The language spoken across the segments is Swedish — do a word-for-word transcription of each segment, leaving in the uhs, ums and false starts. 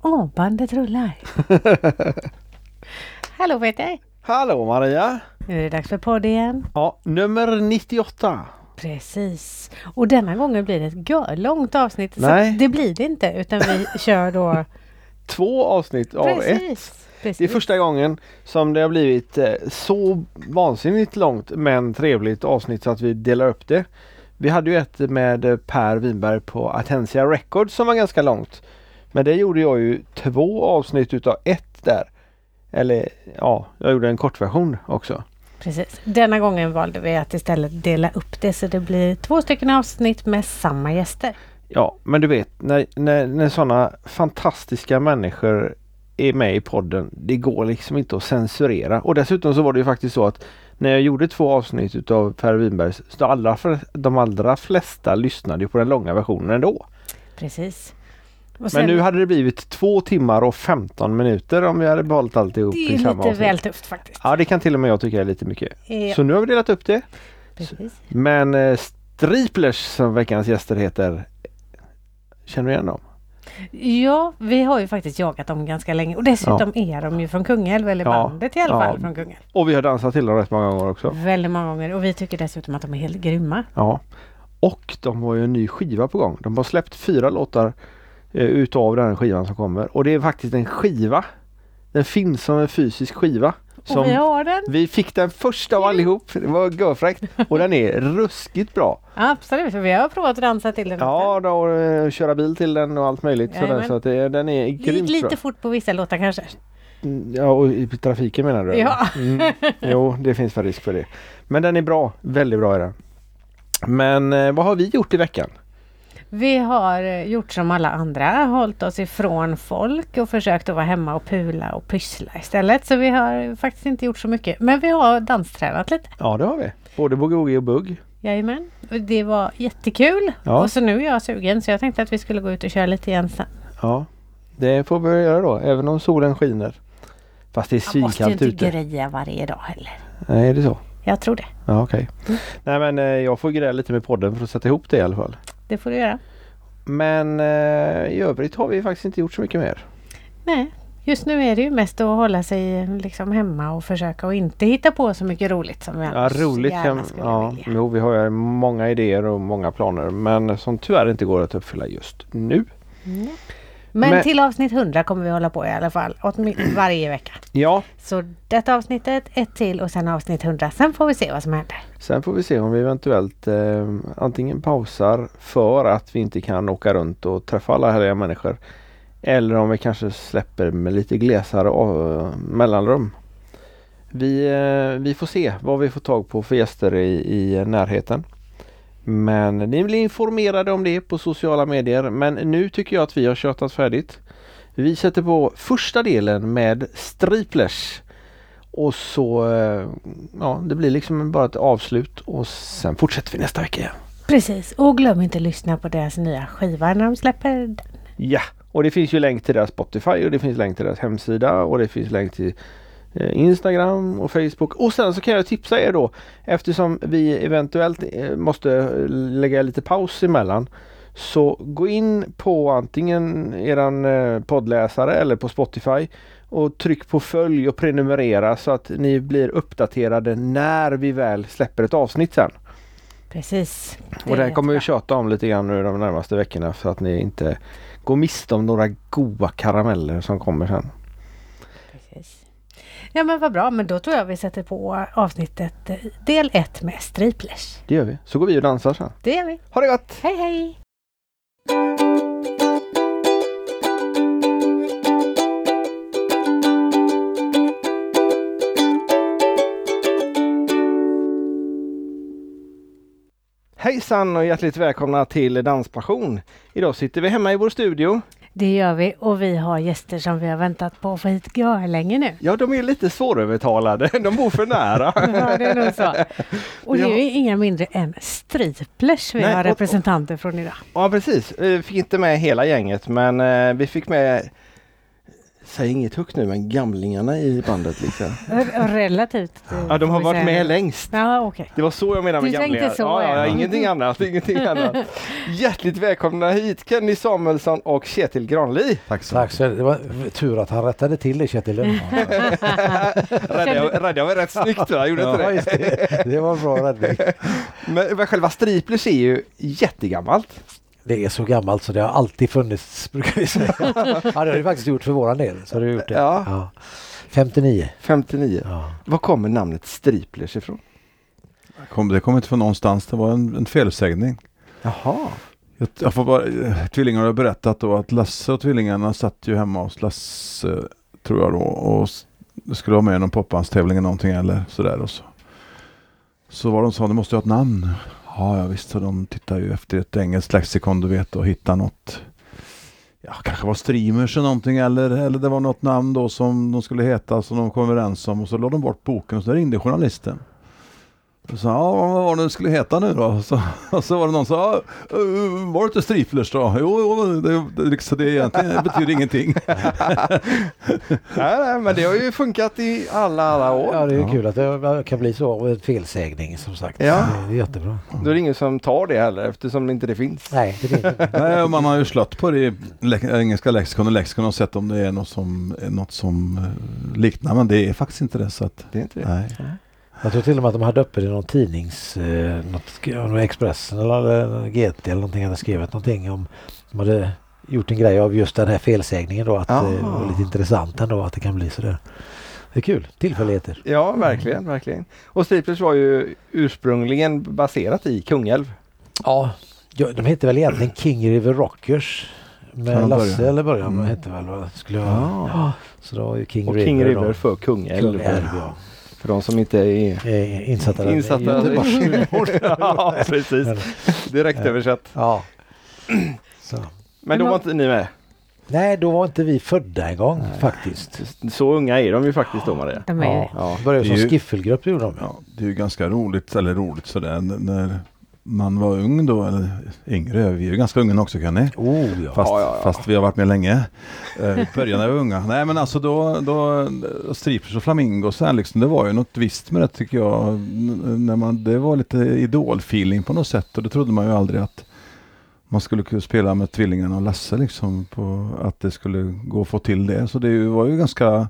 Åh, bandet rullar. Hallå Peter. Hallå Maria. Nu är det dags för podd igen. Ja, nummer nittioåtta. Precis. Och denna gången blir det ett görlångt avsnitt. Nej. Så det blir det inte, utan vi kör då... Två avsnitt av Precis. ett. Precis. Det är första gången som det har blivit eh, så vansinnigt långt men trevligt avsnitt så att vi delar upp det. Vi hade ju ett med Per Winberg på Atensia Records som var ganska långt. Men det gjorde jag ju två avsnitt utav ett där. Eller ja, jag gjorde en kortversion också. Precis. Denna gången valde vi att istället dela upp det så det blir två stycken avsnitt med samma gäster. Ja, men du vet, när, när, när sådana fantastiska människor är med i podden, det går liksom inte att censurera. Och dessutom så var det ju faktiskt så att när jag gjorde två avsnitt utav Per Winbergs, så alla, de allra flesta lyssnade på den långa versionen ändå. Precis. Och sen, men nu hade det blivit två timmar och femton minuter om vi hade behållit alltihop i samma avsnitt. Det är lite väl tufft faktiskt. Ja, det kan till och med jag tycka är lite mycket. Ja. Så nu har vi delat upp det. Precis. Men eh, Striplers som veckans gäster heter, känner du igen dem? Ja, vi har ju faktiskt jagat dem ganska länge. Och dessutom ja. är de ju från Kungälv, eller ja. bandet i alla fall ja. från Kungälv. Och vi har dansat till dem rätt många gånger också. Väldigt många gånger. Och vi tycker dessutom att de är helt grymma. Ja. Och de har ju en ny skiva på gång. De har släppt fyra låtar eh, utav den skivan som kommer. Och det är faktiskt en skiva. Den finns som en fysisk skiva. Som och vi har den. Vi fick den första av allihop. Det var görfräckt. Och den är ruskigt bra. Absolut, för vi har provat att dansa till den. Ja, då, och köra bil till den och allt möjligt. Sådär, så att det, den är grymt bra. Lite, lite fort på vissa låtar kanske. Ja, och i trafiken menar du? Ja. Mm. Jo, det finns för risk för det. Men den är bra. Väldigt bra är den. Men eh, vad har vi gjort i veckan? Vi har gjort som alla andra, hållit oss ifrån folk och försökt att vara hemma och pula och pyssla istället. Så vi har faktiskt inte gjort så mycket. Men vi har danstränat lite. Ja, det har vi. Både boogie och bugg. Jajamän. Det var jättekul. Ja. Och så nu är jag sugen så jag tänkte att vi skulle gå ut och köra lite igen sen. Ja, det får vi göra då. Även om solen skiner. Fast det är svinkallt ute. Man måste ju inte greja varje dag heller. Nej, är det så? Jag tror det. Ja, okej. Okay. Mm. Nej, men eh, jag får greja lite med podden för att sätta ihop det i alla fall. Det får du göra. Men eh, i övrigt har vi faktiskt inte gjort så mycket mer. Nej, just nu är det ju mest att hålla sig liksom hemma och försöka och inte hitta på så mycket roligt som vi ja, roligt kan, ja, jo, vi har ju många idéer och många planer men som tyvärr inte går att uppfylla just nu. Mm. Men, men till avsnitt hundra kommer vi hålla på i alla fall varje vecka. Ja. Så detta avsnittet, ett till och sen avsnitt hundra. Sen får vi se vad som händer. Sen får vi se om vi eventuellt eh, antingen pausar för att vi inte kan åka runt och träffa alla härliga människor. Eller om vi kanske släpper med lite glesare uh, mellanrum. Vi, uh, vi får se vad vi får tag på för gäster i, i närheten. Men ni blir informerade om det på sociala medier. Men nu tycker jag att vi har tjötat färdigt. Vi sätter på första delen med Striplers. Och så, ja, det blir liksom bara ett avslut. Och sen fortsätter vi nästa vecka igen. Precis, och glöm inte att lyssna på deras nya skiva när de släpper den. Ja, och det finns ju länk till deras Spotify. Och det finns länk till deras hemsida. Och det finns länk till Instagram och Facebook. Och sen så kan jag tipsa er då, eftersom vi eventuellt måste lägga lite paus emellan, så gå in på antingen eran poddläsare eller på Spotify och tryck på följ och prenumerera så att ni blir uppdaterade när vi väl släpper ett avsnitt sen. Precis. Det och det kommer vi tjata om lite grann nu de närmaste veckorna för att ni inte går miste om några goda karameller som kommer sen. Precis. Ja men vad bra, men då tror jag vi sätter på avsnittet del ett med Striplers. Det gör vi. Så går vi och dansar sen. Det gör vi. Ha det gott! Hej hej! Hejsan och hjärtligt välkomna till Danspassion. Idag sitter vi hemma i vår studio. Det gör vi och vi har gäster som vi har väntat på för ett gör länge nu. Ja, de är lite svårövertalade. De bor för nära. Ja, det är nog så. Och det är ju inga mindre än Striplers vi Nej, har representanter från idag. Ja, precis. Vi fick inte med hela gänget, men vi fick med säg inget högt nu, men gamlingarna i bandet liksom. Relativt. Ja, de har varit med längst. Ja, okej. Okay. Det var så jag menade med du gamlingar. Så, ja, ja, ja. ingenting annat, ingenting annat. Hjärtligt välkomna hit Kenny Samuelsson och Kjetil Granli. Tack så Tack så det var tur att han rättade till det, Kjetil. Räddade var rätt snyggt, va? Gjorde inte ja, det? Just det. Det var en bra räddning. Men själva Striplers är ju jättegammalt. Det är så gammalt så det har alltid funnits, brukar vi säga. Ja, det har det faktiskt gjort för våran del. Så har det gjort det. Ja. Ja. femtionio. femtionio. Ja. Var kommer namnet Striplers ifrån? Kom, det kom inte från någonstans. Det var en, en felsägning. Jaha. Jag, jag får bara, tvillingarna har berättat då att Lasse och tvillingarna satt ju hemma hos Lasse, tror jag då, och det skulle vara med i någon popbandstävling eller någonting eller sådär. Och så, så var de sa, det måste ha ett namn. Ja, ja visst, så de tittar ju efter ett engelskt lexikon, du vet, och hittar något. Ja, kanske var Streamers eller någonting, eller, eller det var något namn då som de skulle heta som de kom överens om, och så lade de bort boken och så ringde journalisten. Och så ja, vad var det det skulle heta nu då? Så, och så var det någon som sa, uh, var det inte Striplers då? Jo, jo det, det, så det egentligen det betyder ingenting. nej, nej, men det har ju funkat i alla, alla år. Ja, det är ju Ja. kul att det kan bli så, en felsägning som sagt. Ja. Det är jättebra. Då är det ingen som tar det heller eftersom inte det finns. Nej, det finns inte. Nej, man har ju slått på det i le- engelska lexikon och lexikon och sett om det är något som, något som uh, liknar, men det är faktiskt inte det. Så att, Det är inte det. nej. Jag tror till och med att de hade uppe i någon tidnings, eh, något, någon Expressen eller G T eller någonting, hade skrivit någonting om, de hade gjort en grej av just den här felsägningen då, att det Ah. var lite intressant ändå att det kan bli sådär. Det är kul, tillfälligheter. Ja, verkligen, verkligen. Och Striplers var ju ursprungligen baserat i Kungälv. Ja, ja, de heter väl egentligen King River Rockers med Ja, Lasse början. eller början, Mm. mm. hette väl vad det skulle vara. Ja. Ja, så det var ju King Och River. King River då. för Kungälv. Kungälv, ja. För de som inte är Eh, Insatta där. insatta. Göteborgs- Ja, precis. Men- Direkt översatt. Ja. Så. Men då var inte ni med. Nej, då var inte vi födda en gång faktiskt. Så unga är de ju faktiskt då, Maria. De är, Ja. Ja. Började som Det är ju- skiffelgrupp gjorde de. Ja, det är ju ganska roligt, eller roligt sådär, n- när man var ung då, eller yngre, vi är ju ganska unga också, kan ni? Oh ja. Fast, Ja, ja, ja. fast vi har varit med länge. Eh, I början när vi var unga. Nej, men alltså då, då Striplers och Flamingos så här liksom, det var ju något visst med det tycker jag. N- När man, det var lite idolfeeling på något sätt, och det trodde man ju aldrig att man skulle kunna spela med tvillingarna och Lasse liksom, på att det skulle gå att få till det. Så det var ju ganska,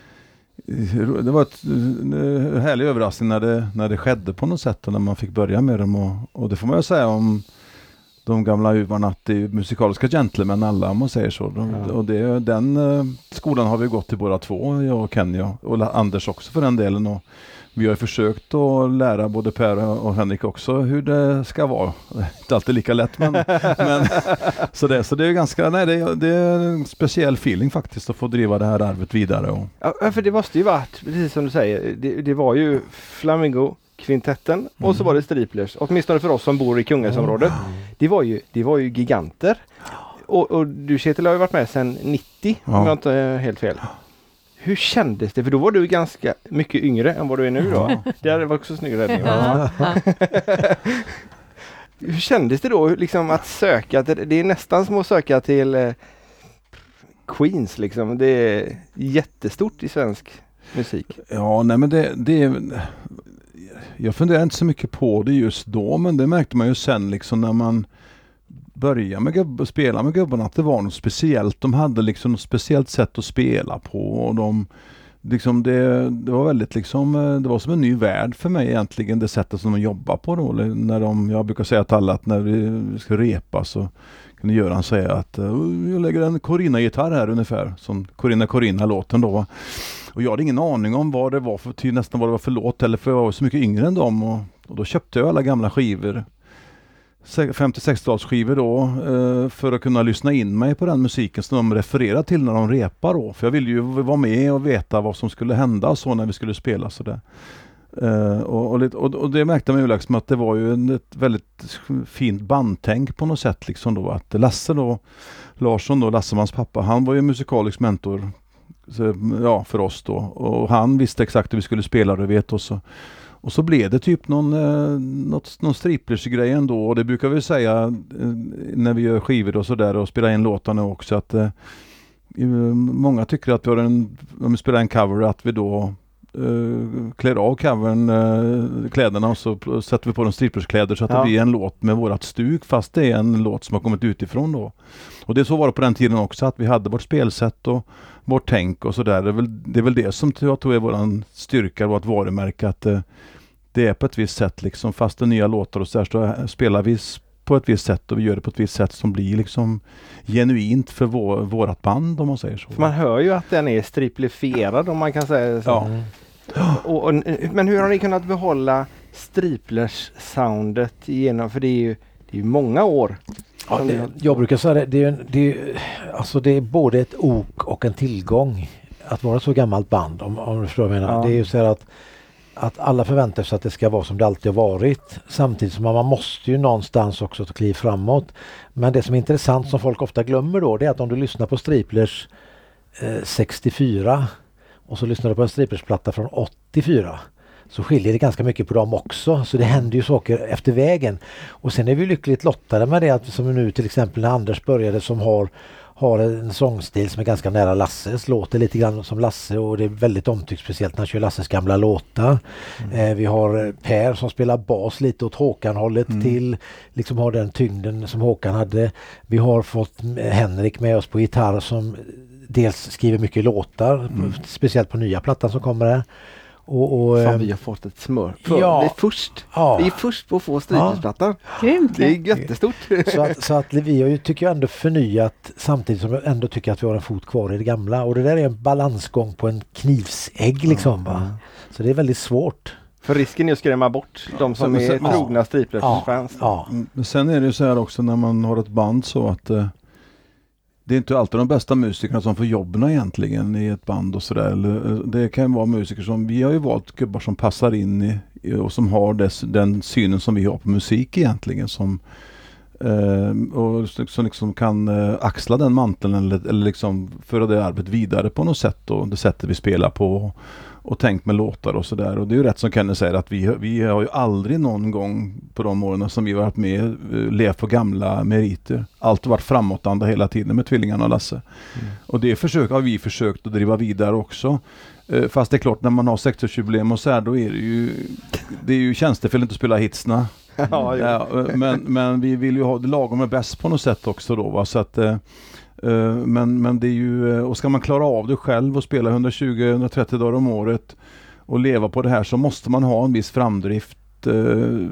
det var ett, en härlig överraskning när det, när det skedde på något sätt och när man fick börja med dem, och, och det får man ju säga om de gamla uvarna, att det är musikaliska gentlemän alla, om man säger så. De, Ja. Och det, den eh, skolan har vi gått till båda två, jag och Kenny och, och La- Anders också för den delen, och vi har ju försökt att lära både Per och Henrik också hur det ska vara. Det är inte alltid lika lätt, men, men så, det, så det är ganska, nej det, är- det är en speciell feeling faktiskt att få driva det här arvet vidare. Och, Ja, för det måste ju varit, precis som du säger, det, det var ju Flamingo kvintetten och så var det Striplers, åtminstone för oss som bor i Kungälvsområdet. Det var ju, det var ju giganter. Och, och du Kjetil har ju varit med sedan nittio, Ja. om jag inte är helt fel. Hur kändes det? För då var du ganska mycket yngre än vad du är nu då. Det hade varit också snygg räddning. va? ja. Hur kändes det då liksom att söka? Det, det är nästan som att söka till eh, Queens liksom. Det är jättestort i svensk musik. ja, nej men det, det är, jag funderar inte så mycket på det just då, men det märkte man ju sen liksom när man började med gubb, spela med gubbarna, att det var något speciellt. De hade liksom något speciellt sätt att spela på, och de liksom det, det var väldigt liksom, det var som en ny värld för mig egentligen, det sättet som de jobbar på då. När de, jag brukar säga till alla att när vi ska repa så kan Göran säga att uh, jag lägger en Corinna-gitarr här ungefär, som Corinna Corinna-låten då, va? Och jag hade ingen aning om vad det var för, till nästan vad det var för låt, eller för jag var så mycket yngre än dem, och, och då köpte jag alla gamla skivor, femtio-sextiotalsskivor då, eh, för att kunna lyssna in mig på den musiken som de refererar till när de repar då. För jag ville ju vara med och veta vad som skulle hända och så när vi skulle spela sådär. Uh, och, och, lite- och, och det märkte man ju liksom att det var ju en, ett väldigt fint bandtänk på något sätt liksom då, att Lasse då, Larsson då, Lassemans pappa, han var ju musikalisk mentor, så, ja, för oss då, och han visste exakt hur vi skulle spela, du vet, och så och så blev det typ någon, eh, något, någon striplers-grej ändå, och det brukar vi säga eh, när vi gör skivor och sådär och spelar in låtarna också, att eh, många tycker att vi har en, om vi spelar en cover, att vi då Uh, klär av covern, uh, kläderna och så pl- sätter vi på de strippers-kläder så att ja. det blir en låt med vårat stuk, fast det är en låt som har kommit utifrån då. Och det så var det på den tiden också, att vi hade vårt spelsätt och vårt tänk och sådär. Det är väl det, är väl det som jag tror är våran styrka, vårt varumärke, att uh, det är på ett visst sätt liksom, fast det nya låtar och så här, så spelar vi på ett visst sätt och vi gör det på ett visst sätt som blir liksom genuint för vår, vårat band, om man säger så. För man hör ju att den är striplifierad, om man kan säga så. Ja. Och, och, men hur har ni kunnat behålla striplers-soundet igenom? För det är ju, det är ju många år. Ja, det, jag brukar säga det, det är, en, det, är, alltså det är både ett ok och en tillgång att vara ett så gammalt band, om, om du förstår vad jag menar. Ja. Det är ju så här att, att alla förväntar sig att det ska vara som det alltid har varit. Samtidigt som man måste ju någonstans också ta kliv framåt. Men det som är intressant, som folk ofta glömmer då, det är att om du lyssnar på Striplers eh, sextiofyra och så lyssnar du på en Striplers-platta från åttiofyra, så skiljer det ganska mycket på dem också. Så det händer ju saker efter vägen. Och sen är vi lyckligt lottade med det, att som nu till exempel när Anders började, som har, har en sångstil som är ganska nära Lasses, låter lite grann som Lasse, och det är väldigt omtyckt, speciellt när han kör Lasses gamla låtar. Mm. Eh, vi har Per som spelar bas lite åt Håkan-hållet mm. till, liksom har den tyngden som Håkan hade. Vi har fått Henrik med oss på gitarr som dels skriver mycket låtar, mm. speciellt på nya plattan som kommer här. Och, och, Fan, vi har fått ett smör. För ja, vi är först. Ja. Vi är först på att få Striplers-plattan. Ja. Det är jättestort. Så att, så att vi har ju, tycker jag, ändå förnyat, samtidigt som jag ändå tycker att vi har en fot kvar i det gamla. Och det där är en balansgång på en knivsägg liksom. Va? Mm. Så det är väldigt svårt. För risken är att skrämma bort de som är sen, trogna ja. Striplers-fans. Ja. Ja. Men sen är det ju så här också när man har ett band, så att uh, det är inte alltid de bästa musikerna som får jobben egentligen i ett band och sådär. Det kan vara musiker som, vi har ju valt gubbar som passar in i, och som har dess, den synen som vi har på musik egentligen, som eh, och som liksom kan eh, axla den manteln eller, eller liksom föra det arbetet vidare på något sätt, och det sättet vi spelar på och tänkt med låtar och sådär. Och det är ju rätt som Kenny säger, att vi, vi har ju aldrig någon gång på de åren som vi har varit med levt på gamla meriter. Allt har varit framåtanda hela tiden med tvillingarna och Lasse. Mm. Och det försök, har vi försökt att driva vidare också. Uh, fast det är klart, när man har sextioårsjubileum och så här, då är det ju det är ju tjänstefel inte att spela hitsna. Ja, ja, men, men vi vill ju ha det lagom med bäst på något sätt också då, va? Så att uh, Uh, men, men det är ju, och ska man klara av det själv och spela hundratjugo till hundratrettio dagar om året och leva på det här, så måste man ha en viss framdrift uh,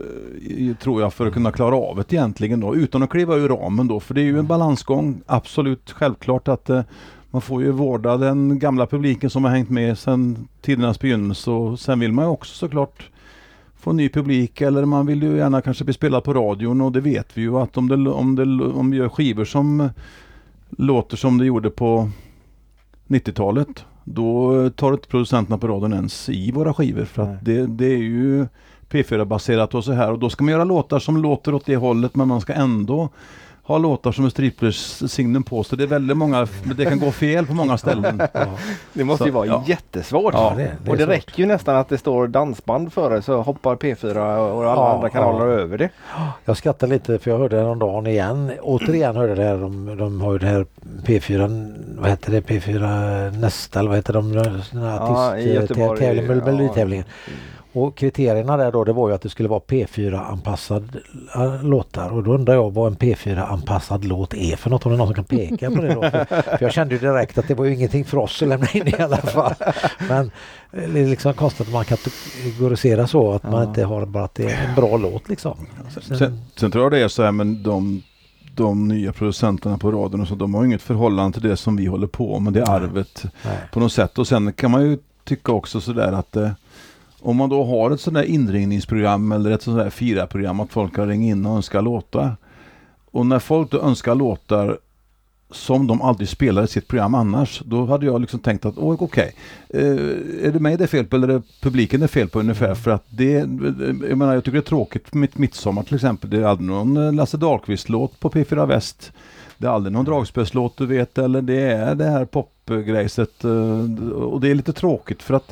tror jag, för att kunna klara av det egentligen då, utan att kliva ur ramen då, för det är ju en balansgång, absolut självklart att uh, man får ju vårda den gamla publiken som har hängt med sedan tidernas begynnelse, och sen vill man ju också såklart få ny publik, eller man vill ju gärna kanske bli spelad på radion, och det vet vi ju att om, det, om, det, om vi gör skivor som låter som det gjorde på nittiotalet, då tar inte producenterna på radion ens i våra skivor, för att det, det är ju P fyra-baserat och så här, och då ska man göra låtar som låter åt det hållet, men man ska ändå ha låtar som är Striplers-signen på, så det är väldigt många, det kan gå fel på många ställen. Ja. Det måste så, ju vara ja. jättesvårt. Ja, det, det och det svårt. räcker ju nästan att det står dansband före, så hoppar P fyra och alla ja, andra kanaler ja. över det. Jag skrattar lite, för jag hörde det någon dag igen. Återigen hörde det här, de, de har ju det här P fyra, vad heter det, P fyra nästa, eller vad heter de, ja, i Göteborg, tävling, ja. Meloditävlingen. Och kriterierna där då, det var ju att det skulle vara P fyra-anpassad låtar. Och då undrar jag vad en P fyra-anpassad låt är för något, om det är någon som kan peka på det då. För, för jag kände ju direkt att det var ju ingenting för oss att lämna in i alla fall. Men det är liksom konstigt att man kategoriserar så, att ja. man inte har bara att det är en bra låt liksom. Sen, sen, sen tror jag det är så här, men de, de nya producenterna på radion och så, de har inget förhållande till det som vi håller på med, det är arvet Nej. på något sätt. Och sen kan man ju tycka också sådär att eh, om man då har ett sådant där inringningsprogram eller ett sådant där fira-program, att folk kan ringa in och önska låtar. Och när folk då önskar låtar som de aldrig spelar i sitt program annars, då hade jag liksom tänkt att okej, okay, eh, är det mig det är fel på eller är det publiken det är fel på ungefär? För att det, jag menar, jag tycker det är tråkigt för mitt midsommar till exempel, det är aldrig någon Lasse Dahlqvist-låt på P fyra Väst. Det är aldrig någon dragspelslåt, du vet, eller det är det här popgrejset, och det är lite tråkigt för att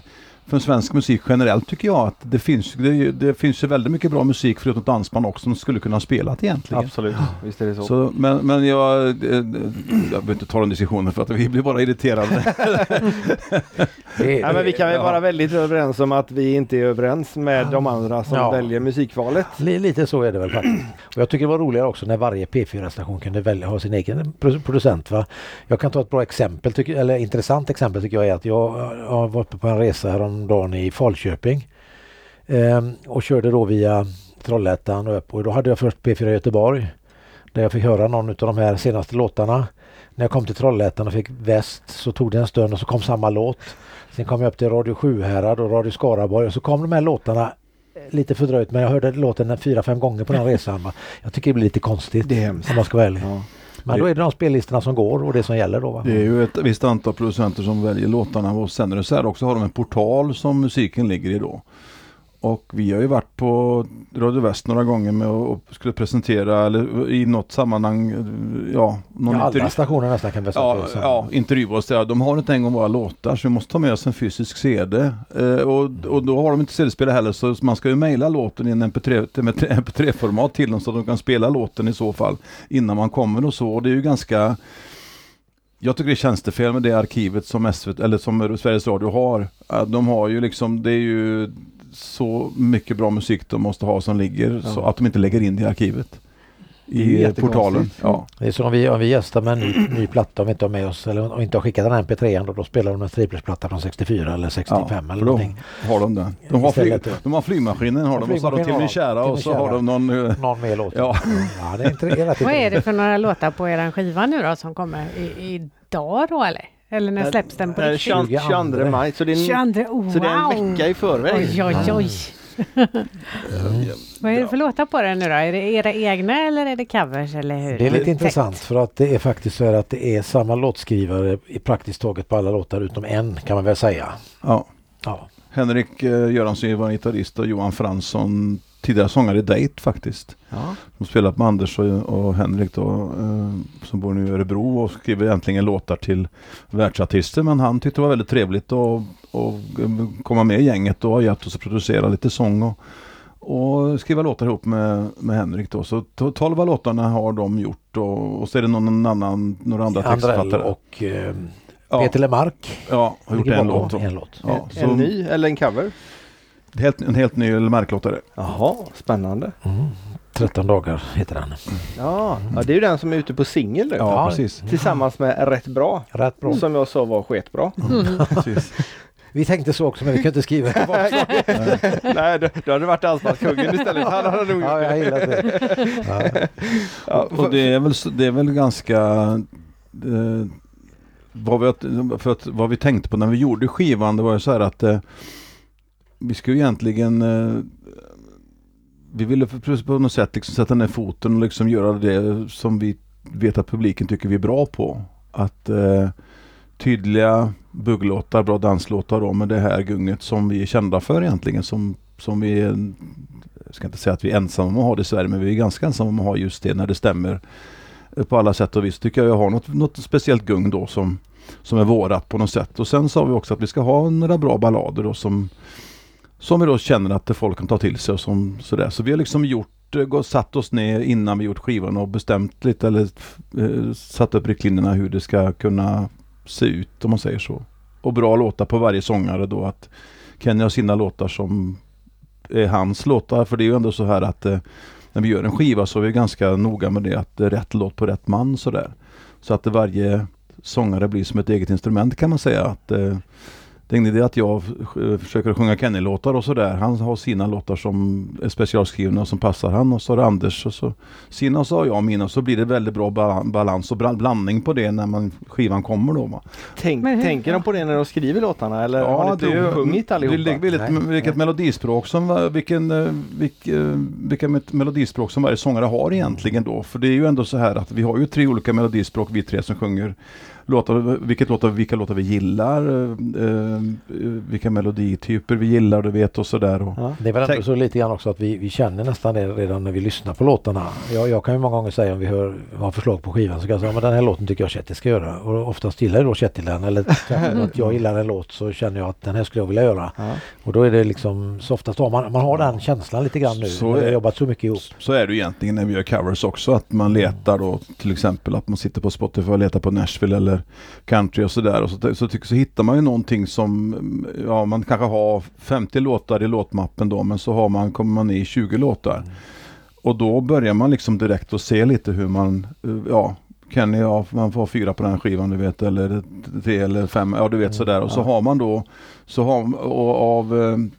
för svensk musik generellt tycker jag att det finns, det, det finns ju väldigt mycket bra musik förutom dansband också som skulle kunna spela egentligen. Absolut, visst är det så. så men, men jag, jag vill inte ta den diskussionen för att vi blir bara irriterade. det, ja, men vi kan väl ja. vara väldigt överens om att vi inte är överens med de andra som ja. väljer musikvalet. Lite så är det väl faktiskt. Och jag tycker det var roligare också när varje P fyra-station kunde välja ha sin egen producent. Va? Jag kan ta ett bra exempel, tycker, eller intressant exempel tycker jag är att jag har varit på en resa häromdagen i Falköping eh, och körde då via Trollhättan och upp, och då hade jag först P fyra Göteborg där jag fick höra någon av de här senaste låtarna. När jag kom till Trollhättan och fick väst så tog det en stund och så kom samma låt. Sen kom jag upp till Radio Sjuhärad och Radio Skaraborg och så kom de här låtarna lite fördröjt, men jag hörde låten fyra, fem gånger på den resan. Jag tycker det blir lite konstigt. Det är hemskt. Om man ska välja. Ja. Men då är det de spellistorna som går och det som gäller då, va? Det är ju ett visst antal producenter som väljer låtarna och sen är det så här också har de en portal som musiken ligger i då. Och vi har ju varit på Radio Väst några gånger med och skulle presentera eller i något sammanhang ja, någon ja, alla intervju- stationer nästan kan väl ja, ja, intervjua oss där. De har inte en gång våra låtar så vi måste ta med oss en fysisk C D eh, och, och då har de inte C D-spelare heller så man ska ju mejla låten i en M P tre, med M P tre-format till dem så att de kan spela låten i så fall innan man kommer och så. Och det är ju ganska jag tycker det är tjänstefel med det arkivet som S V T eller som Sveriges Radio har. De har ju liksom, det är ju så mycket bra musik de måste ha som ligger ja. så att de inte lägger in det i arkivet i portalen. Ja. Det är som om vi, om vi gästar med en ny, ny platta om vi inte har med oss eller om vi inte har skickat en M P tre då, då spelar de en striplesplatta från sextiofyra eller sextiofem ja, eller någonting. Har de det. De har, fly, de har flygmaskinen har de och så har de till min kära och så har de någon någon mer låt. Ja. Ja, det är inte det. Vad är det för några låtar på er skiva nu då som kommer i, idag då eller? Eller när släpps den på riktigt? tjugoandra maj, så det är en, tjugoandra, oh, så det är en wow. vecka i förväg. Oj, oj, oj. Mm. Vad är det för låtar på den nu då? Är det era egna eller är det covers? Eller hur? Det är lite intressant för att det är faktiskt så här att det är samma låtskrivare i praktiskt taget på alla låtar utom en kan man väl säga. Ja. Ja. Henrik eh, Göransson var gitarrist och Johan Fransson tidigare sångare i Date faktiskt. Ja. De spelat med Anders och, och Henrik då, eh, som bor nu i Örebro och skriver egentligen låtar till världsartister men han tyckte det var väldigt trevligt att och komma med i gänget och har gett oss att producera lite sång och, och skriva låtar ihop med, med Henrik då. Så tolv låtarna har de gjort och, och så är det någon annan, några andra textförfattare. Och eh, Peter Lemark. Ja, har gjort en låt. En, låt. Ja, en, så, en ny eller en cover? Helt, en helt ny Lemark-låtare. Jaha, spännande. Mm. tretton dagar heter den. Ja, ja, det är ju den som är ute på singel nu. Ja, ja, precis. Tillsammans med Rätt bra. Rätt bra. Som jag sa var sketbra. Mm. Precis. Vi tänkte så också men vi kan inte skriva tillbaka. Nej, då, då hade det varit Allsmansskungen istället. Han hade nog ja, jag gillar det. Ja. Ja, och det är väl, det är väl ganska eh, vad, vi, för att, vad vi tänkte på när vi gjorde skivan det var ju så här att eh, vi skulle egentligen eh, vi ville på något sätt liksom sätta ner foten och liksom göra det som vi vet att publiken tycker vi är bra på. Att eh, tydliga bugglåtar, bra danslåtar då, med det här gunget som vi är kända för egentligen. Som, som vi är, jag ska inte säga att vi är ensamma om att ha det i Sverige, men vi är ganska ensamma om att ha just det när det stämmer på alla sätt och vis. Tycker jag jag har något, något speciellt gung då som, som är vårat på något sätt. Och sen sa vi också att vi ska ha några bra ballader då som, som vi då känner att folk kan ta till sig och som, sådär. Så vi har liksom gjort satt oss ner innan vi gjort skivan och bestämt lite eller eh, satt upp riktlinjerna hur det ska kunna se ut om man säger så. Och bra låtar på varje sångare då att Kenny har sina låtar som är hans låtar för det är ju ändå så här att eh, när vi gör en skiva så är vi ganska noga med det att det är rätt låt på rätt man sådär. Så att det varje sångare blir som ett eget instrument kan man säga att eh, det är ingen idé att jag försöker sjunga Kenny-låtar och sådär. Han har sina låtar som är specialskrivna som passar han och så har Anders och så sina och så har jag mina och så blir det väldigt bra balans och blandning på det när man, skivan kommer då. Tänk, tänker de på det när de skriver låtarna eller ja, har ni provsjungit allihopa? Det vilket, vilket melodispråk som vilken, vilken, vilka melodispråk som varje sångare har egentligen då. För det är ju ändå så här att vi har ju tre olika melodispråk vi tre som sjunger. låtar, vilket låtar, vilka låtar vi gillar, eh, vilka melodityper vi gillar, du vet, och sådär. Och ja, det är väl ändå så lite grann också att vi, vi känner nästan det redan när vi lyssnar på låtarna. Jag, jag kan ju många gånger säga om vi hör, har förslag på skivan så kan jag säga, men den här låten tycker jag Kjetil ska göra. Och oftast gillar jag då Kjetil den, eller att jag gillar en låt så känner jag att den här skulle jag vilja göra. Ja. Och då är det liksom, så oftast har man, man har den känslan lite grann nu. Så när vi har jobbat så mycket ihop. Så är det egentligen när vi gör covers också, att man letar då, till exempel att man sitter på Spotify och letar på Nashville eller country och sådär, och så, så, tycker, så hittar man ju någonting som, ja, man kanske har femtio låtar i låtmappen då, men så har man, kommer man i tjugo låtar. Mm. Och då börjar man liksom direkt att se lite hur man, ja, kan jag, man får fyra på den skivan, du vet, eller tre eller fem, ja du vet, sådär. Och så har man då, så har, och av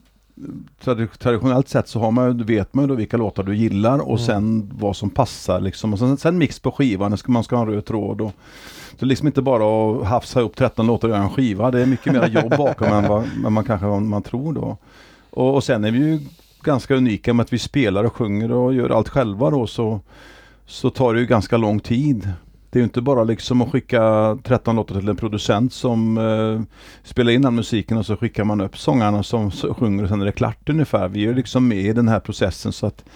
traditionellt sett så har man, vet man ju då vilka låtar du gillar och mm. sen vad som passar liksom, och sen, sen mix på skivan, ska man ska ha en röd tråd och det är liksom inte bara att hafsa upp tretton låtar och göra en skiva, det är mycket mer jobb bakom än vad än man kanske man tror då. Och, och sen är vi ju ganska unika med att vi spelar och sjunger och gör allt själva då, så, så tar det ju ganska lång tid. Det är ju inte bara liksom att skicka tretton låtar till en producent som eh, spelar in den musiken och så skickar man upp sångarna som sjunger och sen är det klart ungefär. Vi är liksom med i den här processen, så att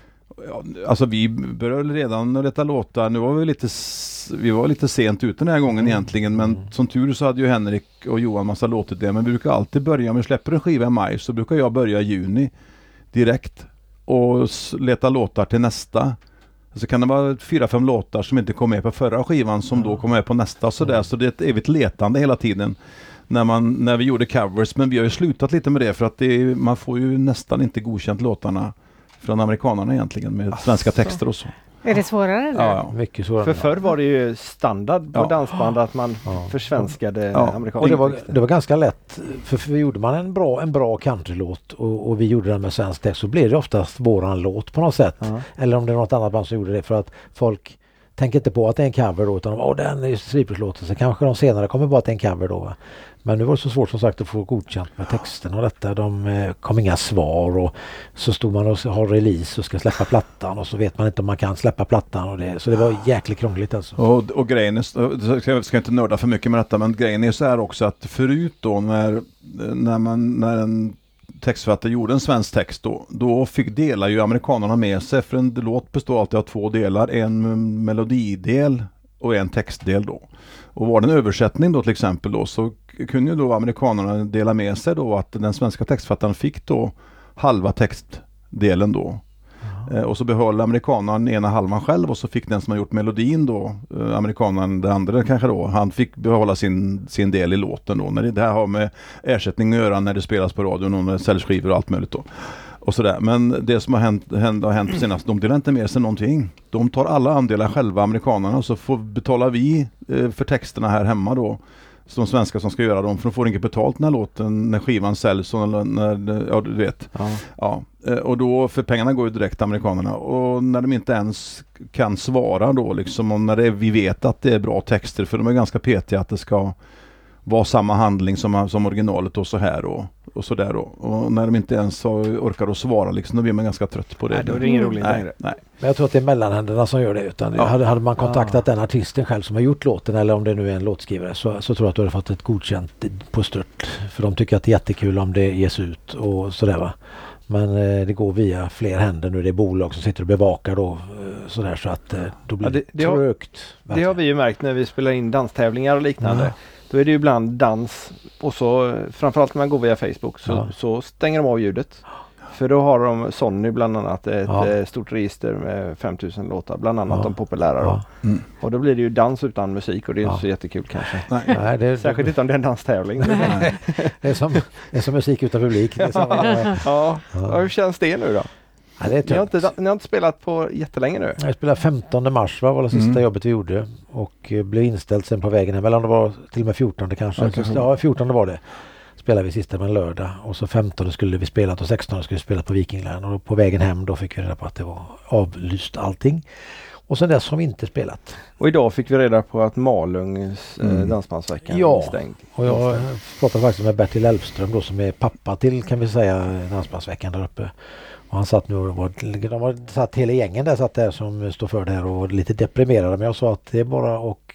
ja, alltså vi började redan leta låtar. Nu var vi lite vi var lite sent ut den här gången egentligen, men mm. som tur så hade ju Henrik och Johan massa låtit det, men vi brukar alltid börja, om vi släpper en skiva i maj så brukar jag börja i juni direkt och leta låtar till nästa. Så kan det vara fyra, fem låtar som inte kom med på förra skivan som mm. då kommer med på nästa och sådär. Mm. Så det är ett evigt letande hela tiden när, man, när vi gjorde covers. Men vi har ju slutat lite med det för att det är, man får ju nästan inte godkänt låtarna från amerikanerna egentligen med alltså. svenska texter och så. Är det svårare? Ja, ja. Mycket svårare. För förr var det ju standard på ja. dansband att man ja. försvenskade ja. amerikanska. Och det var, det var ganska lätt, för, för gjorde man en bra, en bra countrylåt och, och vi gjorde den med svensk text så blev det oftast våran låt på något sätt. Ja. Eller om det är något annat band som gjorde det, för att folk tänker inte på att det är en cover då, utan åh, den är Sleepers-låten, så kanske de senare kommer bara att det är en cover då. Va? Men nu var det så svårt som sagt att få godkänt med texten och detta. De eh, kom inga svar och så stod man och har release och ska släppa plattan och så vet man inte om man kan släppa plattan. Och det, så det var jäkligt krångligt alltså. Och, och grejen är, jag ska inte nörda för mycket med detta, men grejen är så här också att förut då när, när, man, när en textförfattare gjorde en svensk text då, då fick dela ju amerikanerna med sig, för en låt består alltid av två delar, en melodidel och en textdel då. Och var det en översättning då till exempel då, så kunde ju då amerikanerna dela med sig då att den svenska textfattaren fick då halva textdelen då. Eh, och så behöll amerikanen ena halvan själv och så fick den som har gjort melodin då, eh, amerikanen det andra kanske då, han fick behålla sin, sin del i låten då. När det, det här har med ersättning att göra när det spelas på radion och när det säljs skivor och allt möjligt då. Och sådär. Men det som har hänt, hänt, har hänt senast, de delar inte med sig någonting. De tar alla andelar själva, amerikanerna, och så får betala vi eh, för texterna här hemma då. Så de svenska som ska göra dem, för de får inte betalt när låten, när skivan säljs och när, när, ja du vet. Ja. Ja. Och då, för pengarna går ju direkt till amerikanerna, och när de inte ens kan svara då liksom, och när det, vi vet att det är bra texter, för de är ganska petiga att det ska vara samma handling som, som originalet och så här och, och så där då. Och när de inte ens orkar att svara liksom, då blir man ganska trött på det. Nej, då är det ingen roligt längre. Nej. Men jag tror att det är mellanhänderna som gör det, utan ja. hade, hade man kontaktat ja. den artisten själv som har gjort låten, eller om det nu är en låtskrivare, så, så tror jag att du hade fått ett godkänt på stört. För de tycker att det är jättekul om det ges ut och sådär va. Men eh, det går via fler händer nu. Det är bolag som sitter och bevakar då, eh, sådär, så att eh, då blir ja, det, det trögt. Har, det har vi ju märkt när vi spelar in danstävlingar och liknande. Ja. Då är det ju ibland dans och så, framförallt när man går via Facebook, så, ja. så stänger de av ljudet. För då har de Sony bland annat ett ja. stort register med fem tusen låtar, bland annat ja. de populära. Då. Ja. Mm. Och då blir det ju dans utan musik och det är ja. inte så jättekul kanske. Nej. Nej, det är, Särskilt inte om det är en danstävling. det, är som, det är som musik utan publik. Det är som, ja. Ja. Ja. Hur känns det nu då? Ja, det är ni, har inte, ni har inte spelat på jättelänge nu? Jag spelade femtonde mars, va, var det sista mm. jobbet vi gjorde. Och eh, blev inställt sen på vägen hem. Eller om det var till och med fjortonde kanske. Okay. Så, ja, fjortonde var det. Spelade vi sista med en lördag. Och så femtonde skulle vi spela och sextonde skulle vi spela på Vikingland. Och på vägen hem då fick vi reda på att det var avlyst allting. Och sen dess har vi inte spelat. Och idag fick vi reda på att Malungs mm. eh, dansbandsvecka ja. är stängd. Och jag pratade faktiskt med Bertil Elfström då, som är pappa till, kan vi säga, dansbandsveckan där uppe. Och han satt nu och var, de var satt hela gängen där satt där som står för det här och var lite deprimerade. Men jag sa att det är bara att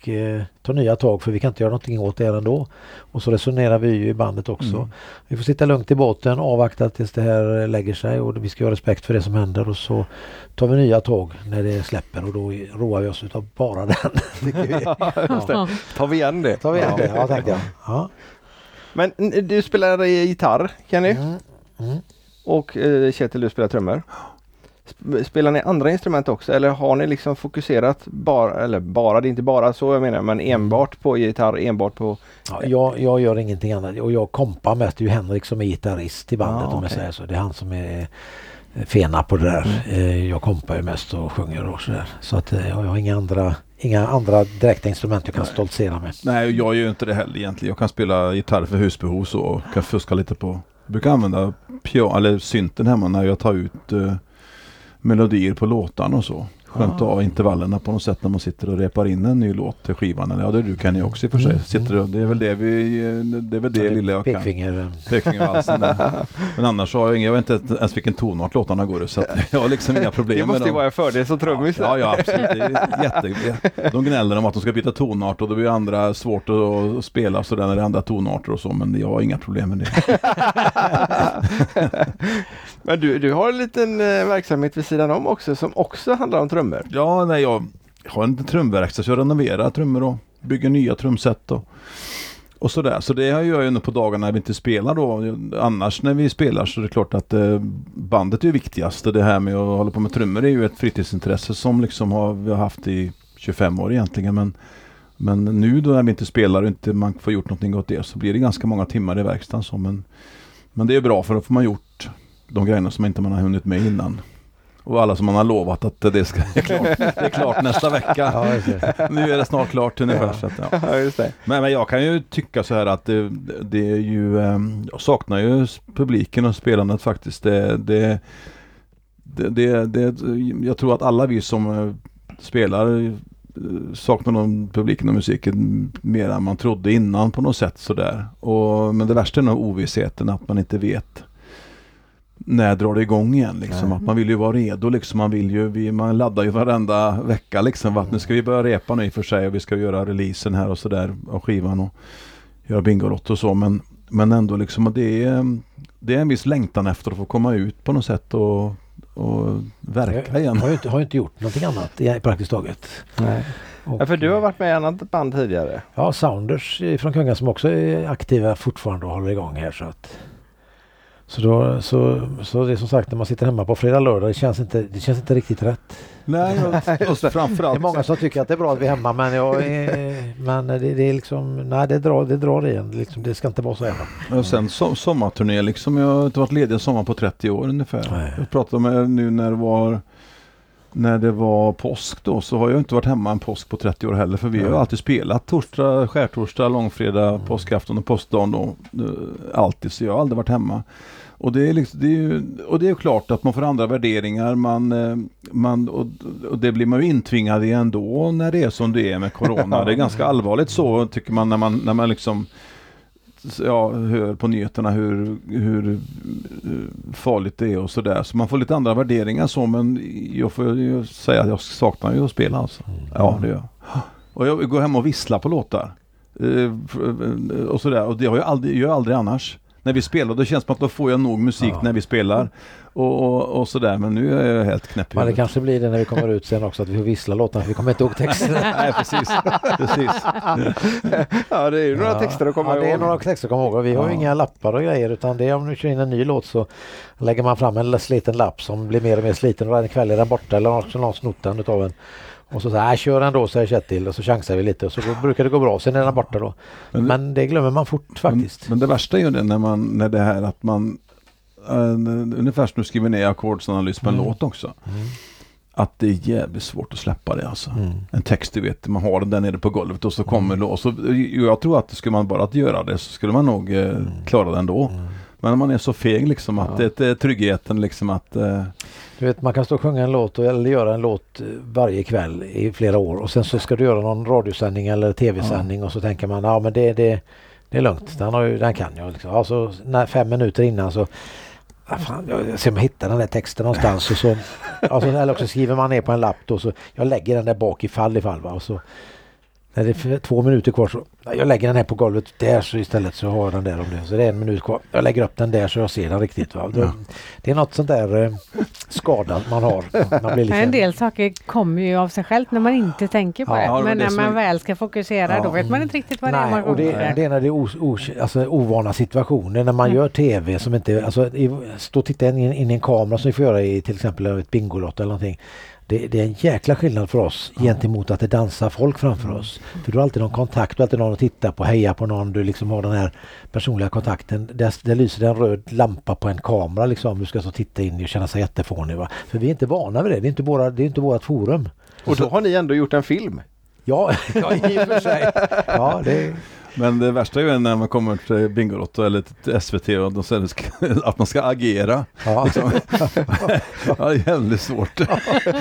och eh, ta nya tag för vi kan inte göra någonting åt det ändå. Och så resonerar vi ju i bandet också. Mm. Vi får sitta lugnt i båten, avvakta tills det här lägger sig och vi ska ha respekt för det som händer och så tar vi nya tag när det släpper och då roar vi oss utav bara den. vi. Ja. Tar vi igen det? Tar vi igen det, ja tänkte jag. Ja. Men du spelar gitarr, Kenny? Mm. Mm. Och eh, Kjetil, du spelar trummor. Spelar ni andra instrument också eller har ni liksom fokuserat bara, eller bara, det är inte bara så jag menar, men enbart på gitarr, enbart på... Ja, jag, jag gör ingenting annat och jag kompar mest, det är ju Henrik som är gitarrist i bandet ah, om jag okay. säger så. Det är han som är fena på det där. Mm. Jag kompar ju mest och sjunger och sådär. Så att jag har inga andra, inga andra direkta instrument jag kan Nej. stoltsera med. Nej, jag gör ju inte det heller egentligen. Jag kan spela gitarr för husbehov så och kan fuska lite på. Jag brukar använda piano, eller synten hemma när jag tar ut uh, melodier på låtarna och så. Skönt att ha intervallerna på något sätt när man sitter och repar in en ny låt till skivan. Eller, ja, det du kan ju också i och för sig. Mm. Sitter och, det är väl det vi, det är väl det ja, lilla jag pekfinger. kan. Pekfingervalsen där. Men annars har jag ingen, jag vet inte ens vilken tonart låtarna går i, så att jag har liksom inga problem med dem. Det måste ju vara en fördel som trummis. Ja, ja, absolut. Det är jätte, de gnäller om att de ska byta tonart och då blir andra svårt att spela så där när det är andra tonarter och så, men jag har inga problem med det. Men du, du har en liten eh, verksamhet vid sidan om också som också handlar om trummor. Ja, nej, jag har en trumverkstad så jag renoverar trummor och bygger nya trumset och, och sådär. Så det gör jag ju nu på dagarna när vi inte spelar då. Annars när vi spelar så är det klart att eh, bandet är ju viktigast. Det här med att hålla på med trummor är ju ett fritidsintresse som liksom har, vi har haft i tjugofem år egentligen. Men, men nu då när vi inte spelar och inte man får gjort någonting åt det så blir det ganska många timmar i verkstaden. Så, men, men det är bra för då får man gjort de grejerna som inte man har hunnit med innan. Och alla som man har lovat att det ska det är klart, det är klart nästa vecka. Ja, nu är det snart klart ungefär. Ja. Så att, ja. Ja, just det. Men, men jag kan ju tycka så här att det, det är ju, jag saknar ju publiken och spelandet faktiskt. Det, det, det, det, det, jag tror att alla vi som spelar saknar någon publiken och musiken mer än man trodde innan på något sätt sådär. Och, men det värsta är nog ovissheten att man inte vet när drar det igång igen liksom. Mm. Att man vill ju vara redo liksom. Man vill ju, vi, man laddar ju varenda vecka liksom. Att nu ska vi börja repa nu i för sig och vi ska göra releasen här och sådär av skivan och göra bingolott och så. Men, men ändå liksom det är, det är en viss längtan efter att få komma ut på något sätt och, och verka igen. Jag har ju inte, har ju inte gjort någonting annat i praktiskt taget. Nej. Och, ja, för du har varit med i ett annat band tidigare. Ja, Sounders från Kunga som också är aktiva fortfarande och håller igång här så att Så, då, så, så det är som sagt när man sitter hemma på fredag lördag det känns inte, det känns inte riktigt rätt. Nej, och, och framförallt. Det är många som tycker att det är bra att vi är hemma men, jag är, men det, det är liksom, nej det drar, det drar igen. Liksom, det ska inte vara så hemma. Och sen som, sommarturné liksom, jag har inte varit ledig en sommar på trettio år ungefär. Nej. Jag pratade med nu när det var när det var påsk då så har jag inte varit hemma en påsk på trettio år heller för vi har alltid spelat torsdag, skärtorsdag, långfredag, mm. påskafton och påskdagen då, alltid så jag har aldrig varit hemma. Och det är liksom, det är ju, och det är ju klart att man får andra värderingar man, man, och, och det blir man ju intvingad i ändå när det är som det är med corona. Det är ganska allvarligt så tycker man när man, när man liksom ja, hör på nyheterna hur, hur farligt det är och sådär. Så man får lite andra värderingar så men jag får ju säga att jag saknar ju att spela alltså. Ja, det gör jag. Och jag går hem och visslar på låtar. Och sådär. Och det har jag aldrig, gör jag aldrig annars. När vi spelar, då känns det som att då får jag nog musik ja. när vi spelar och, och, och sådär, men nu är jag helt knäpp i huvudet. Men det kanske blir det när vi kommer ut sen också, att vi får vissla låtarna, vi kommer inte ihåg texterna. Nej, precis. precis. Ja, det är ju några ja. texter att komma ja, ihåg. Ja, det är några texter att komma ihåg. Vi har ju ja. inga lappar och grejer, utan det är om du kör in en ny låt så lägger man fram en sliten lapp som blir mer och mer sliten och en kväll är den borta eller någon, någon snotten utav en. Och så säger jag, kör den då, säger Kjetil, och så chansar vi lite och så brukar det gå bra, sen är den borta då. Men, men det glömmer man fort faktiskt. Men, men det värsta är ju det när, man, när det här att man äh, ungefär som du skriver ner ackordsanalys på en mm. låt också. Mm. Att det är jävligt svårt att släppa det alltså. Mm. En text, du vet, man har den där nere på golvet och så kommer mm. och så, jag tror att skulle man bara att göra det så skulle man nog eh, mm. klara det ändå. Mm. Men man är så feg liksom att ja. det är tryggheten liksom att eh, du vet, man kan stå och sjunga en låt och, eller göra en låt varje kväll i flera år och sen så ska du göra någon radiosändning eller tv-sändning ja. och så tänker man, ja men det, det, det är lugnt, den, har ju, den kan jag liksom. Alltså när fem minuter innan så ja, fan, jag ser om jag hittar den där texten någonstans och så, alltså, eller också skriver man ner på en lapp då, så jag lägger den där bak i fall i fall va, och så när det är två minuter kvar så jag lägger den här på golvet där så istället så har jag den där om det. Så det är en minut kvar. Jag lägger upp den där så jag ser den riktigt. Va? Ja. Det är något sånt där eh, skadat man har. Man blir lite... En del saker kommer ju av sig själv när man inte tänker på ja, det. Men det när man är... väl ska fokusera ja. då vet man inte riktigt vad Nej, det är man och det, kommer. det är när det är os, os, alltså, ovana situationer. När man mm. gör tv som inte... Alltså, i, stå och titta in, in i en kamera som vi får göra i till exempel ett bingolott eller någonting. Det, det är en jäkla skillnad för oss mm. gentemot att det dansar folk framför mm. oss. För du har alltid någon kontakt, du har alltid någon att titta på, heja på någon, du liksom har den här personliga kontakten. Där, där lyser en röd lampa på en kamera liksom, du ska så titta in och känna sig jättefånig. Va? För vi är inte vana vid det, det är inte, våra, det är inte vårt forum. Och då har ni ändå gjort en film? Ja, ja i och för sig. Ja, det... Men det värsta är ju när man kommer till Bingolotto eller till S V T och de säger att man ska agera. Ja, liksom. Ja, det är jävligt svårt. Ja.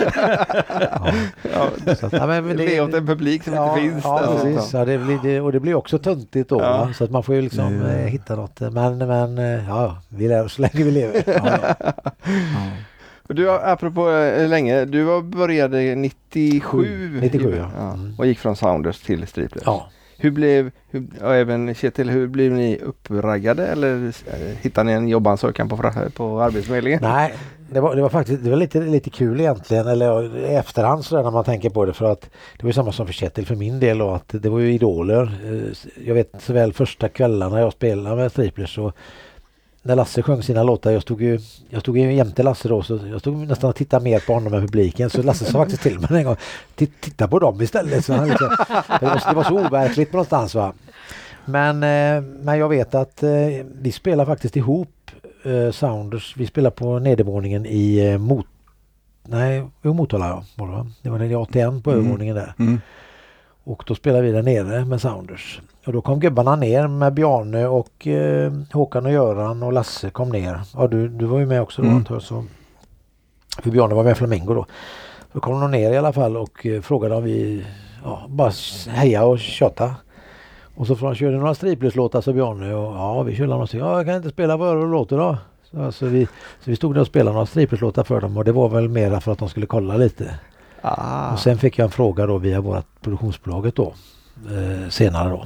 Ja, så att, ja, men det le åt en publik som ja, inte finns. Ja, där. precis. Ja, det blir, det, och det blir också tuntigt då. Ja. Va? Så att man får ju liksom ja. eh, hitta något. Men, men eh, ja, vi lär oss så länge vi lever. Ja, ja. Ja. Du, apropå äh, länge, du var började nittiosju. nittiosju, ja. ja. Mm. Och gick från Sounders till Striplers. Ja. Hur blev, hur, och även Kjetil, hur blev ni uppraggade eller äh, hittade ni en jobbansökan på, på Arbetsförmedlingen? Nej, det var, det var faktiskt det var lite, lite kul egentligen, eller i efterhand så där, när man tänker på det, för att det var samma som för Kjetil för min del och att det var ju idoler. Jag vet så väl första kvällarna jag spelade med Striplers så när Lasse sjöng sina låtar, jag stod ju jag stod ju jämte Lasse då, så jag stod nästan och tittade mer på honom än publiken, så Lasse sa faktiskt till mig en gång, titta på dem istället, så han liksom, det, var, det var så overkligt på någonstans, va. Men, eh, men jag vet att eh, vi spelar faktiskt ihop eh, Sounders, vi spelar på nedervåningen i eh, Mot nej, jo, Motala, ja, var det, va? Det var den åttioen på övervåningen där. Mm. Och då spelade vi där nere med Sounders. Och då kom gubbarna ner med Bjarne och eh, Håkan och Göran och Lasse kom ner. Ja, du, du var ju med också då, mm. antar jag, så. För Bjarne var med Flamingo då. Då kom de ner i alla fall och eh, frågade om vi ja, bara heja och tjata. Och så från körde några Striplers-låtar så Bjarne och ja, vi körde någonting. Ja, jag kan inte spela vad det låter då. Så, alltså, vi, så vi stod där och spelade några Striplers-låtar för dem och det var väl mera för att de skulle kolla lite. Ah. Och sen fick jag en fråga då via vårt produktionsbolaget då eh, senare då.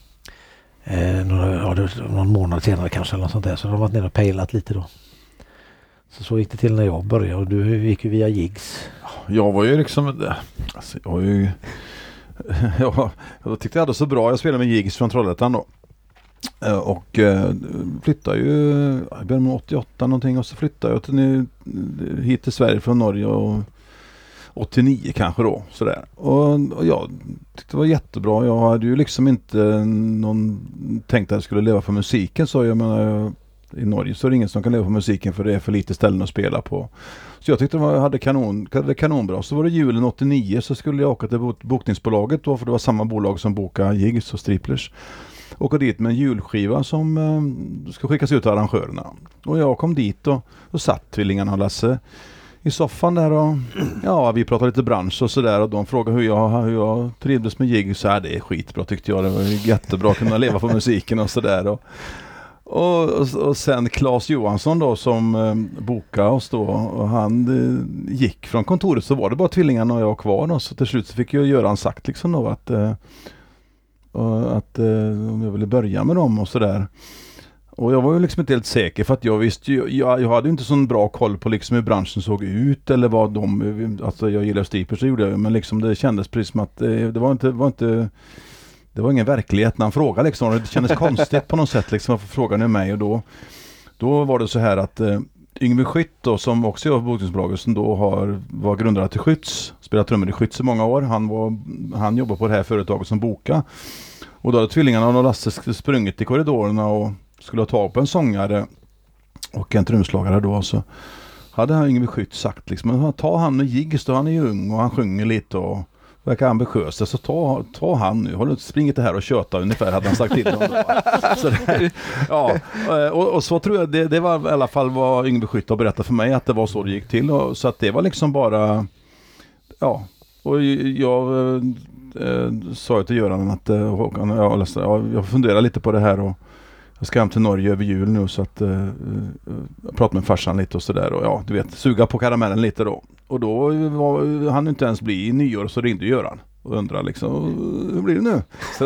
Eh, några, ja, det var någon månad senare kanske eller något sånt där, så de har varit nere och pejlat lite då. Så så gick det till när jag började och du gick ju via gigs. Jag var ju liksom alltså, jag var ju jag, jag tyckte jag hade så bra, jag spelade med gigs från Trollhättan då. Och eh, flyttade ju i början med åttioåtta någonting och så flyttade jag till, hit till Sverige från Norge och åttionio kanske då sådär. Och, och jag tyckte det var jättebra. Jag hade ju liksom inte någon tänkt att jag skulle leva för musiken, så jag menar i Norge så är det ingen som kan leva för musiken för det är för lite ställen att spela på. Så jag tyckte det var, hade kanon, hade kanonbra. Så var det julen åttionio så skulle jag åka till bokningsbolaget då, för det var samma bolag som bokade gigs och Striplers. Åka dit med en julskiva som eh, ska skickas ut till arrangörerna. Och jag kom dit och, och satt tvillingarna och Lasse i soffan där och ja, vi pratade lite bransch och sådär och de frågade hur jag, hur jag trivdes med gig. Så här, det är skitbra tyckte jag, det var jättebra att kunna leva på musiken och sådär. Och, och, och, och sen Claes Johansson då som eh, bokade oss då och han eh, gick från kontoret, så var det bara tvillingarna och jag kvar då, så till slut så fick jag göra en sagt liksom då att eh, och att eh, om jag ville börja med dem och sådär. Och jag var ju liksom inte helt säker, för att jag visste ju, jag, jag hade ju inte sån bra koll på liksom hur branschen såg ut eller vad de, alltså jag gillar Striplers, så gjorde jag, men liksom det kändes precis som att det, det var inte, var inte det var ingen verklighet när han frågade liksom, det kändes konstigt på något sätt liksom, varför frågade ni mig? Och då, då var det så här att eh, Yngve Skytt då, som också gör bokningsbolaget, som då har, var grundare till Skytts, spelat trummor i Skytts i många år. Han, var, han jobbar på det här företaget som boka. Och då hade tvillingarna och Lasse sprungit i korridorerna och skulle ha tag på en sångare och en trumslagare då. Så hade han Yngve Skytt sagt liksom, ta han med gigs då, han är ju ung och han sjunger lite och verkar ambitiös, så ta, ta han nu, har du inte springit det här och köta ungefär, hade han sagt till dem då. Så det, ja, och, och så tror jag, det, det var i alla fall vad Yngve Skytt har berättat för mig, att det var så det gick till, och, så att det var liksom bara, ja, och jag äh, sa ju till Göran att äh, Håkan, jag, läste, ja, jag funderar lite på det här och jag ska hem till Norge över jul nu, så att äh, jag pratar med farsan lite och sådär och ja, du vet, suga på karamellen lite då. Och då var han inte ens bli i nyår, så ringde Göran. och undrar liksom, hur blir det nu? Så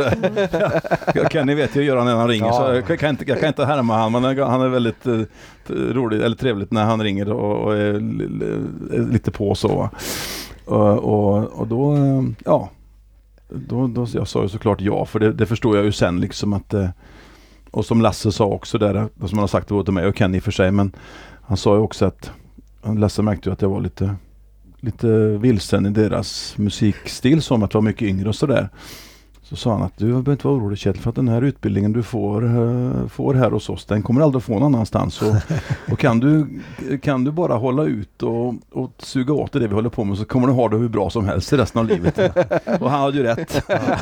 jag kan ni vet ju göra när han ringer, ja. Så jag kan inte, jag kan inte härma han, men han är väldigt uh, rolig eller trevligt när han ringer och, och är, är lite på så. Och, och, och då, ja, då, då jag sa ju såklart ja, för det, det förstår jag ju sen liksom att, och som Lasse sa också där, som han har sagt både till mig och Kenny för sig, men han sa ju också att, Lasse märkte ju att jag var lite lite vilsen i deras musikstil, som att vara mycket yngre och sådär. Så sa han att du behöver inte vara orolig, Kjell, för att den här utbildningen du får, uh, får här hos oss, den kommer aldrig att få någon annanstans. Och, och kan, du, kan du bara hålla ut och, och suga åt det vi håller på med, så kommer du ha det hur bra som helst i resten av livet. Och han hade ju rätt.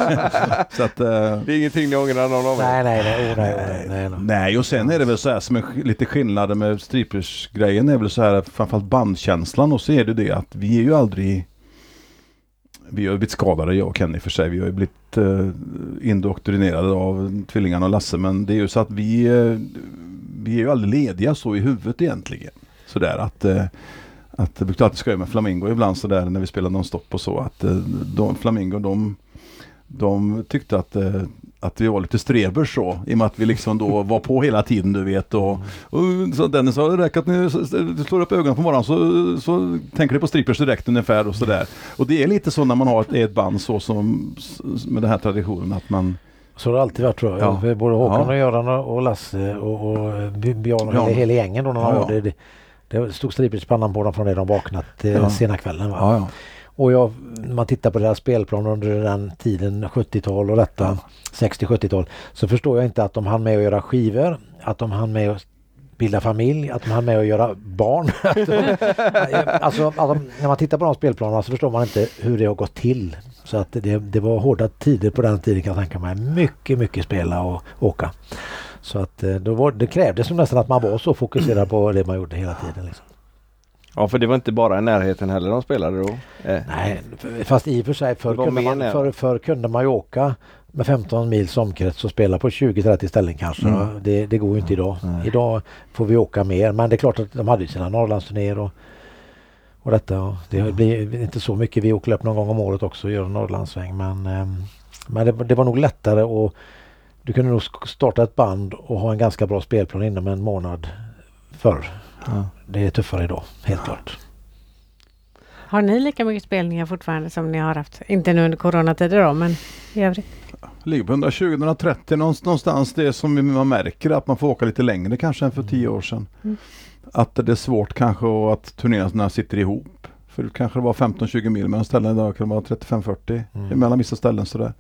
Så att, uh, det är ingenting ni ångrar någon av. Nej, nej, nej, oh, nej, nej, nej, nej. Nej, och sen är det väl så här som är lite skillnader med strippers-grejen är väl så här, framförallt bandkänslan, och så är det det att vi är ju aldrig, vi har ju blivit skadade, jag och Kenny för sig. Vi har ju blivit uh, indoktrinerade av tvillingarna och Lasse. Men det är ju så att vi, uh, vi är ju aldrig lediga så i huvudet egentligen. Sådär att, uh, att det brukar alltid skoja med Flamingo ibland sådär när vi spelar non-stop och så. Att uh, de, Flamingo, de, de tyckte att, uh, att vi var lite streber så. I och med att vi liksom då var på hela tiden, du vet. Och, och så Dennis sa, det räcker att ni slår upp ögonen på morgonen så, så tänker ni på strippers direkt ungefär och sådär. Och det är lite så när man har ett, ett band så som med den här traditionen att man... Så har det alltid varit, tror jag. Ja. Både Håkan ja. och Göran och Lasse och, och Björn och ja. hela gängen då när ja, ja. det, det stod strippers i pannan på dem från det de vaknat ja. sena kvällen. Va? Ja, ja. Och jag, man tittar på deras spelplan under den tiden, sjuttiotal och detta, ja. sextio-sjuttiotal, så förstår jag inte att de hann med att göra skivor, att de hann med att bilda familj, att de hann med att göra barn. alltså, alltså, när man tittar på de spelplanerna så förstår man inte hur det har gått till. Så att det, det var hårda tider på den tiden, kan jag tänka mig. Mycket, mycket spela och åka. Så att då var, det krävdes nästan att man var så fokuserad på det man gjorde hela tiden liksom. Ja, för det var inte bara i närheten heller de spelade då. Eh. Nej, fast i och för sig för kunde, man, för, för kunde man ju åka med femton mils omkrets och spela på tjugo trettio ställen kanske. Mm. Det, det går ju inte idag. Mm. Idag får vi åka mer, men det är klart att de hade ju sina Norrlandsturnéer och, och detta. Det mm. blir inte så mycket. Vi åker upp någon gång om året också och gör en Norrlandsväng, men, men det, det var nog lättare, och du kunde nog starta ett band och ha en ganska bra spelplan inom en månad förr. Ja. Det är tuffare idag, helt ja. klart. Har ni lika mycket spelningar fortfarande som ni har haft? Inte nu under coronatider då, men i övrigt? Ligger på hundratjugo till hundratrettio någonstans. Det som man märker att man får åka lite längre kanske än för tio år sedan. Mm. Att det är svårt kanske att turnéerna sitter ihop. För det kanske var femton tjugo mil mellan ställen, idag kan det vara trettiofem fyrtio mm. mellan vissa ställen sådär.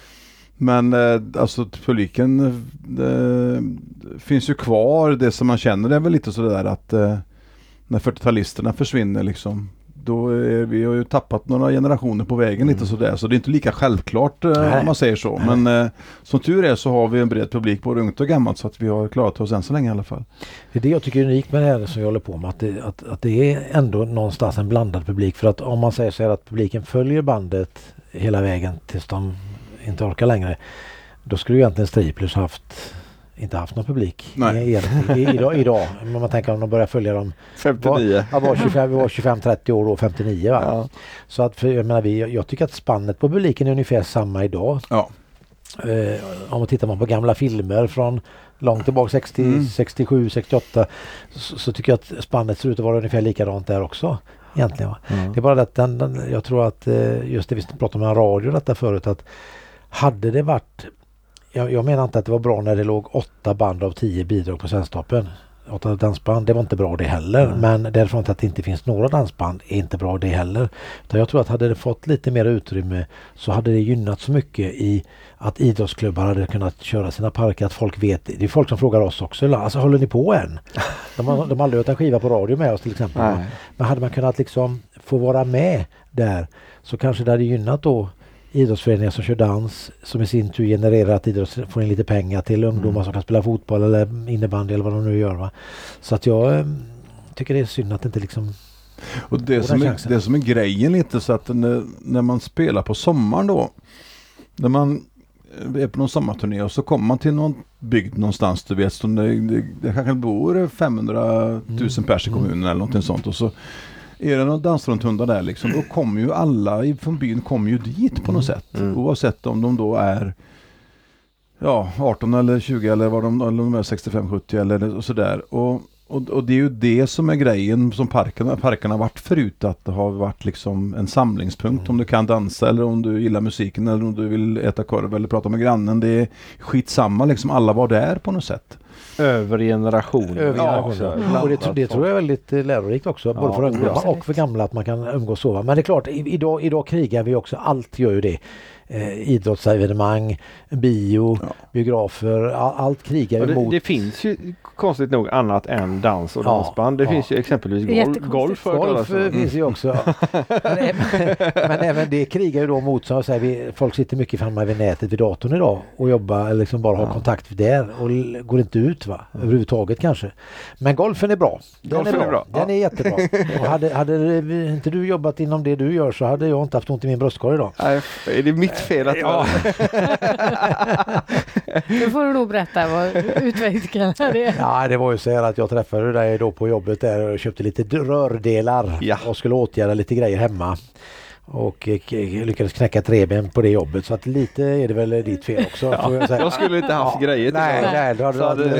Men eh, alltså publiken eh, finns ju kvar. Det som man känner är väl lite sådär att eh, när fyrtiotalisterna försvinner liksom, då är vi har ju tappat några generationer på vägen mm. lite sådär. Så det är inte lika självklart eh, om man säger så. Nej. Men eh, som tur är så har vi en bred publik både ungt och gammalt, så att vi har klarat oss än så länge i alla fall. Det är det jag tycker är unikt med det här som jag håller på med. Att det, att, att det är ändå någonstans en blandad publik. För att om man säger så här att publiken följer bandet hela vägen tills de inte orkar längre, då skulle ju egentligen Striplers haft inte haft någon publik i, i, i, idag, idag. Men man tänker om de börjar följa dem femtionio. Var, var tjugofem, vi var tjugofem trettio år och femtionio va? Ja. Så att för, jag menar vi, jag tycker att spannet på publiken är ungefär samma idag. Ja. Eh, om man tittar man på gamla filmer från långt tillbaka sextio, mm. sextiosju, sextioåtta, så, så tycker jag att spannet ser ut att vara ungefär likadant där också. Egentligen va? Mm. Det är bara att den, den, jag tror att just det vi pratade om radio detta förut, att hade det varit, jag, jag menar inte att det var bra när det låg åtta band av tio bidrag på Svensktoppen. Åtta dansband, det var inte bra det heller. Mm. Men därifrån att det inte finns några dansband är inte bra det heller. Utan jag tror att hade det fått lite mer utrymme så hade det gynnat så mycket i att idrottsklubbar hade kunnat köra sina parker, att folk vet, det är folk som frågar oss också, alltså håller ni på än? De har, de har aldrig hört en skiva på radio med oss till exempel. Nej. Men hade man kunnat liksom få vara med där, så kanske det hade gynnat då idrottsföreningar som kör dans, som i sin tur genererar att idrott får in lite pengar till ungdomar mm. som kan spela fotboll eller innebandy eller vad de nu gör va. Så att jag äh, tycker det är synd att det inte liksom och det som, är, det som är grejen lite så att när, när man spelar på sommaren då, när man är på någon sommarturné och så kommer man till någon bygd någonstans, du vet, så det, det, det kanske bor femhundratusen mm. pers i kommunen mm. eller någonting sånt, och så är det någon dansrundhundar där liksom, då kommer ju alla från byn kommer ju dit på något sätt. Mm. Oavsett om de då är ja, arton eller tjugo eller vad de, eller de är sextiofem sjuttio eller sådär. Och, och, och det är ju det som är grejen som parkerna, parkerna har varit förut, att det har varit liksom en samlingspunkt mm. om du kan dansa eller om du gillar musiken eller om du vill äta korv eller prata med grannen. Det är skitsamma liksom, alla var där på något sätt. Över generationer. Över generationer. Ja, och det, det tror jag är väldigt lärorikt också, både ja, för ungdomar och för gamla, att man kan umgås och sova. Men det är klart, idag, idag krigar vi också, allt gör ju det. Eh, idrottsevenemang, bio, ja. biografer, all, allt krigar ja, det, emot. Det finns ju konstigt nog annat än dans och dansband. Det ja. finns ju exempelvis golf. Golf, golf mm. finns ju också. men, även, men även det krigar ju då mot, som jag säger, vi, folk sitter mycket framme vid nätet vid datorn idag och jobbar eller liksom bara ja. har kontakt där och l- går inte ut va, mm. överhuvudtaget kanske. Men golfen är bra. Den golfen är bra. Är bra. Den ja. är jättebra. Och hade, hade inte du jobbat inom det du gör så hade jag inte haft ont i min bröstkorg idag. Nej, är det mitt fel att ja. Nu får du nog berätta vad utvecklingen är. Ja, det var ju så här att jag träffade dig då på jobbet där och köpte lite rördelar ja. och skulle åtgärda lite grejer hemma. Och lyckades knäcka tre ben på det jobbet, så att lite är det väl ditt fel också. Ja, jag, säga. jag skulle inte haft ja, grejer till nej, det. Nej, då hade, så hade,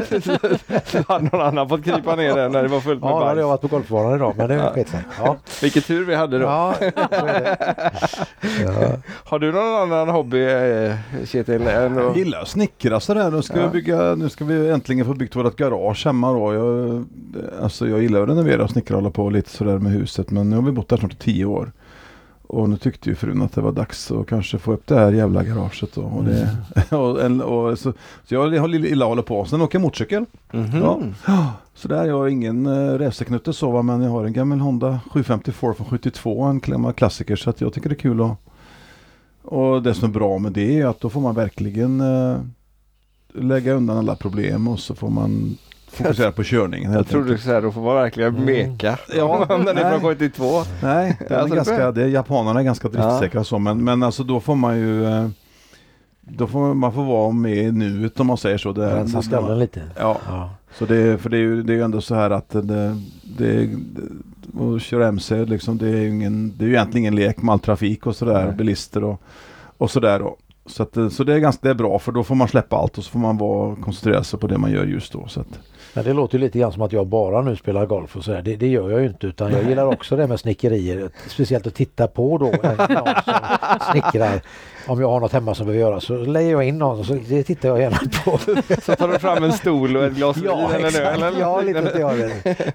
så hade någon annan fått krypa ner den när det var fullt med ja, bajs. Ja, hade jag varit på golfbanan idag, men det ja. skett sig. Ja. Vilket tur vi hade då. Ja, så är det. Ja. Har du någon annan hobby, Kjetil? Jag gillar att snickra sådär. Nu ska, ja. vi bygga, nu ska vi äntligen få byggt vårt garage hemma då. Jag, alltså jag gillar att renovera och snickra och hålla på lite sådär med huset, men nu har vi bott där snart i tio år. Och nu tyckte ju frun att det var dags att kanske få upp det här jävla garaget då. Och det, och, en, och, så, så jag har illa håller på. Sen åker jag motorcykel. Mm-hmm. Ja. Så där, jag har ingen uh, racerknutte så, men jag har en gammal Honda sjuhundrafemtiofyra från sjuttiotvå, en klassiker, så att jag tycker det är kul att, och det som är bra med det är att då får man verkligen uh, lägga undan alla problem och så får man fokusera på körningen. Jag tror du säger, då får man verkligen meka. Mm. Ja, om den är från sjuttiotvå. Nej, det är alltså ganska, det är, japanerna är ganska driftsäkra ja. så, men, men alltså då får man ju då får man, man får vara med nu om man säger så. Det är, rensa skallen lite. Ja, ja. Så det, för det är ju det är ju ändå så här att det, det, det och köra M C liksom, det är ju ingen, det är ju egentligen ingen lek med all trafik och sådär, mm. bilister och, och sådär då. Så, att, så det är ganska det är bra, för då får man släppa allt och så får man vara koncentrera sig på det man gör just då. Så att. Men det låter ju lite grann som att jag bara nu spelar golf och sådär. Det, det gör jag ju inte, utan jag gillar också det med snickerier. Speciellt att titta på då en någon som snickrar. Om jag har något hemma som behöver göras så lägger jag in någon och så det tittar jag gärna på. Så tar du fram en stol och ett glas vin ja, eller en öl? Ja, lite åt det hållet.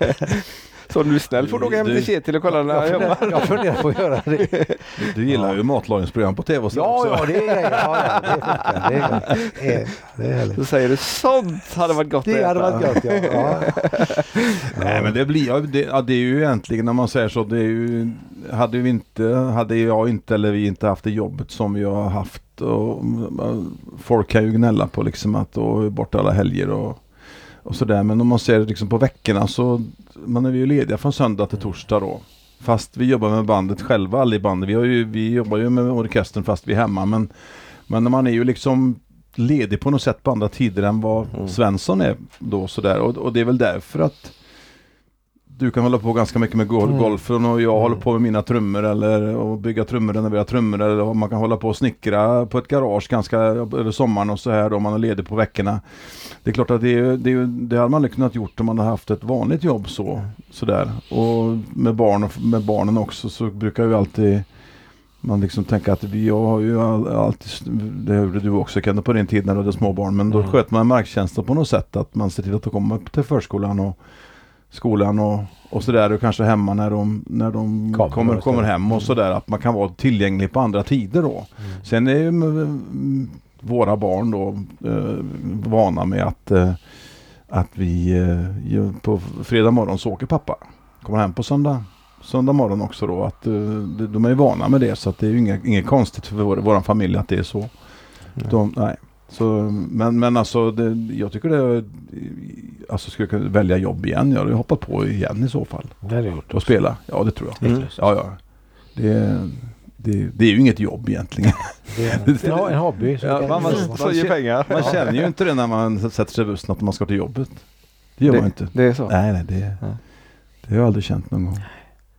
Så du är snäll får du åka hem till Kjetil och kolla när jag jobbar. Jag funderar på att göra det. Du, du gillar ja. ju matlagningsprogram på tv och så ja, också. Ja, det är grejer. Ja, ja, det funkar. Det är, det är, det är härligt. Så säger du, sånt hade varit gott det att äta. Det hade varit gott, ja. ja. Nej, men det blir ja, det, ja, det är ju egentligen när man säger så, det är ju, hade vi inte, hade jag inte eller vi inte haft det jobbet som vi har haft, och folk kan ju gnälla på liksom att och bort alla helger och och sådär, men om man ser liksom på veckorna så man är ju lediga från söndag till torsdag då. Fast vi jobbar med bandet själva, alla i bandet. Vi, har ju, vi jobbar ju med orkestern fast vi är hemma, men, men man är ju liksom ledig på något sätt på andra tider än vad mm. Svensson är då sådär. Och, och det är väl därför att du kan hålla på ganska mycket med gol- mm. golfen och jag mm. håller på med mina trummor eller och bygga trummor, renovera trummor, eller man kan hålla på och snickra på ett garage ganska över sommaren och så här då, om man är ledig på veckorna. Det är klart att det, det, det har man kunnat gjort om man har haft ett vanligt jobb så, mm. sådär. Och med, barn och med barnen också så brukar ju alltid man liksom tänka att vi jag har ju alltid, det hörde du också Kenneth på din tid när du hade små barn, men då mm. sköt man marktjänsten på något sätt, att man ser till att de kommer till förskolan och skolan och, och sådär, och kanske hemma när de, när de kommer, kommer, kommer hem och sådär, att man kan vara tillgänglig på andra tider då. Mm. Sen är ju m- våra barn då eh, vana med att, eh, att vi eh, på fredag morgon så åker pappa. Kommer hem på söndag, söndag morgon också då, att eh, de är vana med det, så att det är ju inget, inget konstigt för vår, vår familj att det är så. Mm. De, nej. Så, men, men alltså det, jag tycker det alltså skulle jag kunna välja jobb igen. Jag hade hoppat på igen i så fall. Det har gjort. Och spela. Ja, det tror jag. Mm. Ja, ja. Det, det, det är ju inget jobb egentligen. Det är en, en hobby. Så ja, man, man, man, man, pengar. man känner ju inte det när man sätter sig i bussen att man ska till jobbet. Det gör det, man inte. Det är så? Nej, nej det, ja. det har jag aldrig känt någon gång.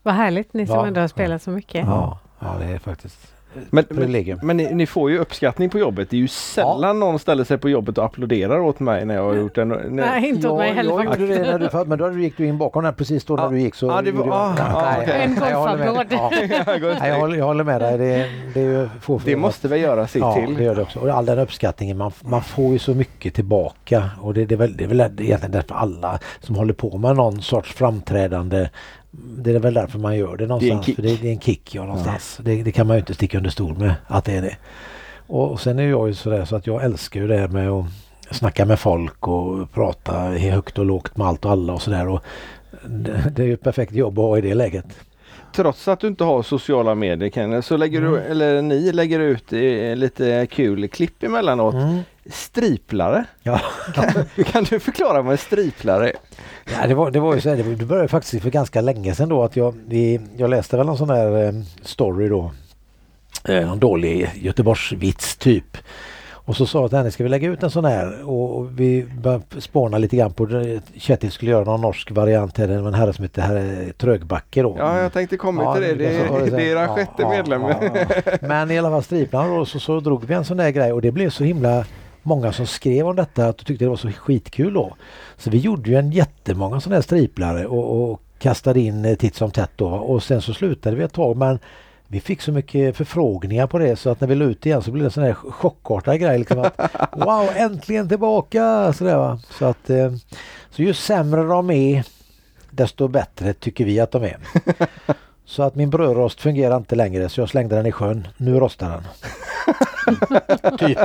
Vad härligt, ni som Ja. ändå har spelat så mycket. Ja, ja det är faktiskt Men, privilegium. men, men ni, ni får ju uppskattning på jobbet. Det är ju sällan någon ställer sig på jobbet och applåderar åt mig när jag har gjort en... När, Nej, inte åt mig heller jag faktiskt. gjorde det när du, men då gick du in bakom den precis då när Ja. du gick. Så Ja, det var- gjorde jag- ah, Nej, ah, nej, okej. En nej, jag håller med. golfapplåd. Ja. Nej, jag, håller, jag håller med dig. Det, det, är ju, får, det måste väl göra sitt ja, till. det gör det också. Och all den uppskattningen, man, man får ju så mycket tillbaka. Och det, det, är väl, det är väl egentligen därför alla som håller på med någon sorts framträdande, det är väl därför man gör det någonstans. kick. För det, det är en kick, ja, någonstans. Det, det kan man ju inte sticka under stol med att det är det. Och, och sen är jag ju sådär så att jag älskar ju det här med att snacka med folk och prata högt och lågt med allt och alla och sådär. Och det, det är ju ett perfekt jobb att ha i det läget. Trots att du inte har sociala medier, Ken, så lägger du, eller ni lägger ut eh, lite kul klipp emellanåt. Mm. Striplare. Ja. Kan, kan du förklara vad en striplare är? Ja, det var, det var ju så här, det, det började faktiskt för ganska länge sedan då att jag, vi, jag läste väl någon sån här eh, story då. Eh, en dålig Göteborgsvits typ. Och så sa jag till henne, ska vi lägga ut en sån här? Och, och vi började spåna lite grann på det. Kjetil skulle göra någon norsk variant här. En herre som heter herre Trögbacke då. Ja, jag tänkte komma Ja, till det. Det, så var det, så här, är era ja, sjätte ja, medlem. ja, ja. Men i alla fall striplarna då, så, så drog vi en sån där grej och det blev så himla många som skrev om detta att de tyckte det var så skitkul då. Så vi gjorde ju en jättemånga sådana här striplare och, och kastade in titt som tätt då. Och sen så slutade vi ett tag, men vi fick så mycket förfrågningar på det så att när vi la ut igen så blev det en sån här chockartad grej. Liksom att, wow, äntligen tillbaka! Så, där, va? Så, att, eh, så ju sämre de är, desto bättre tycker vi att de är. Så att min brödrost fungerar inte längre så jag slängde den i sjön. Nu rostar den. Typ.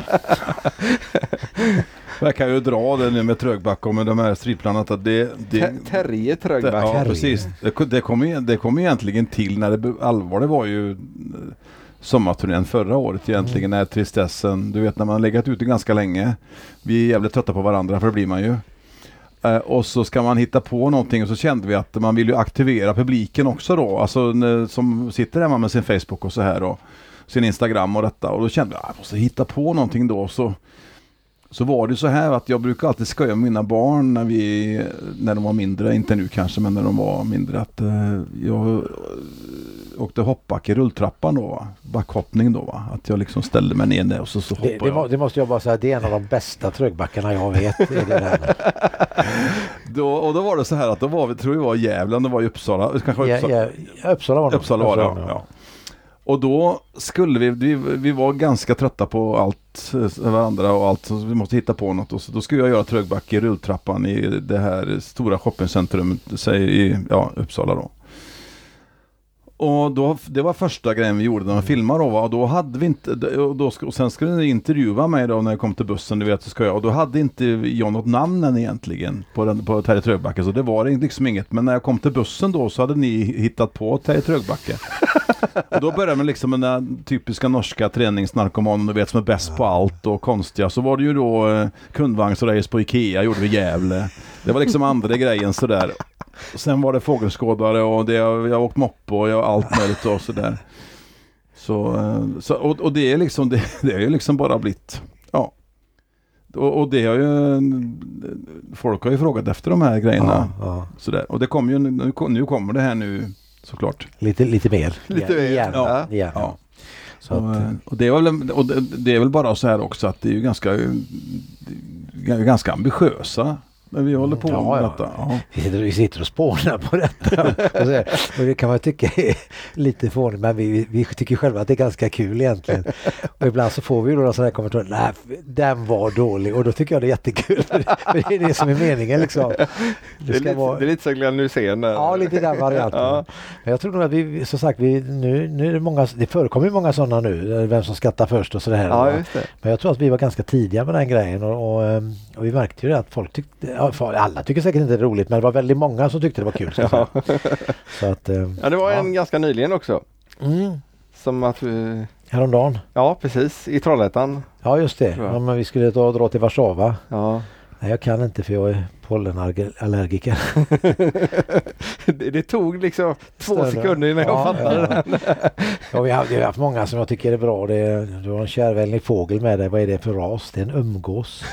Jag kan ju dra det nu med Trögbacka och med de här striplarna. Att det, det, Ter- Terje Trögbacke. Ja, Terje. precis. Det, det, kom, ju- det kom egentligen till när det blev allvar. Det var ju eh, sommarturnén förra året egentligen. När tristessen, du vet när man har legat ute ganska länge. Vi är jävligt trötta på varandra, för det blir man ju. Eh, och så ska man hitta på någonting och så kände vi att man vill ju aktivera publiken också då. Alltså när, som sitter hemma med sin Facebook och så här och sin Instagram och detta. Och då kände jag att jag måste hitta på någonting då. Så Så var det så här att jag brukar alltid skoja med mina barn när vi när de var mindre, inte nu kanske, men när de var mindre, att eh, jag åkte hoppback i rulltrappan då, va? Backhoppning då, va? Att jag liksom ställde mig ner och så, så hoppade Det, det, må, jag. det måste jag bara säga, det är en av de bästa trögbackarna jag vet. Är det där. Då, och då var det så här att då var vi, tror jag var i Gävle, det var i Uppsala, kanske var Ja, Uppsala. ja, Uppsala var det. Uppsala var det, ja. ja. Och då skulle vi, vi, vi var ganska trötta på allt, varandra och allt, så vi måste hitta på något. Och så, då skulle jag göra trögbacke i rulltrappan i det här stora shoppingcentrumet, säg i ja, Uppsala då. Och då, det var första grejen vi gjorde när man filmade då, va? Och då hade vi inte, och, då, och sen skulle ni intervjua mig då när jag kom till bussen, du vet, så ska jag, och då hade inte jag något namn än egentligen på, den, på Terje Trögbacke, så det var liksom inget, men när jag kom till bussen då så hade ni hittat på Terje Trögbacke. Och då började man liksom med den typiska norska träningsnarkomanen, du vet, som är bäst på allt och konstiga, så var det ju då eh, kundvagnsrace på Ikea gjorde vi i Gävle. Det var liksom andra grejen sådär. Sen var det fågelskådare och det, jag har åkt moppe och jag allt möjligt och sådär. Så, så, och, och det är liksom det, det är ju liksom bara blivit, ja. Och, och det har ju, folk har ju frågat efter de här grejerna. Ja, ja. Sådär. Och det kommer ju, nu, nu kommer det här nu såklart. Lite, lite mer. Lite mer, Igen. ja. Igen. Ja. Så och, att, och, det är väl, och det, det är väl bara så här också att det är ju ganska, ganska ambitiösa när vi håller på Ja, med ja. detta. Ja. vi, sitter, vi sitter och spånar på detta. och, så, och det kan man tycka är lite fånigt, men vi, vi tycker själva att det är ganska kul egentligen. Och ibland så får vi ju då en sån här kommentar, nej, den var dålig. Och då tycker jag det är jättekul. För det, för det är det som är meningen liksom. Det, Det är, lite, vara, det är lite så Glenn Hysén. ja, lite den varianten. Ja. Men jag tror nog att vi, som sagt, vi, nu, nu är det många, det förekommer ju många sådana nu, vem som skattar först och sådär. Ja, just det. Men jag tror att vi var ganska tidiga med den grejen och, och, och vi märkte ju det att folk tyckte, ja, alla tycker säkert inte det är roligt, men det var väldigt många som tyckte det var kul. Så, Ja. så att, eh, Ja, det var ja. en ganska nyligen också. Mm, Som att vi, häromdagen. ja precis, i Trollhättan. Ja, just det. Ja. Ja, men vi skulle då dra till Warszawa. Ja. Nej, jag kan inte för jag är pollenallergiker. det, det tog liksom två Större. sekunder innan jag Ja, fattade. ja. Ja, vi har, vi har haft många som jag tycker är bra. Det är, du har en kärvänlig fågel med dig. Vad är det för ras? Det är en umgås.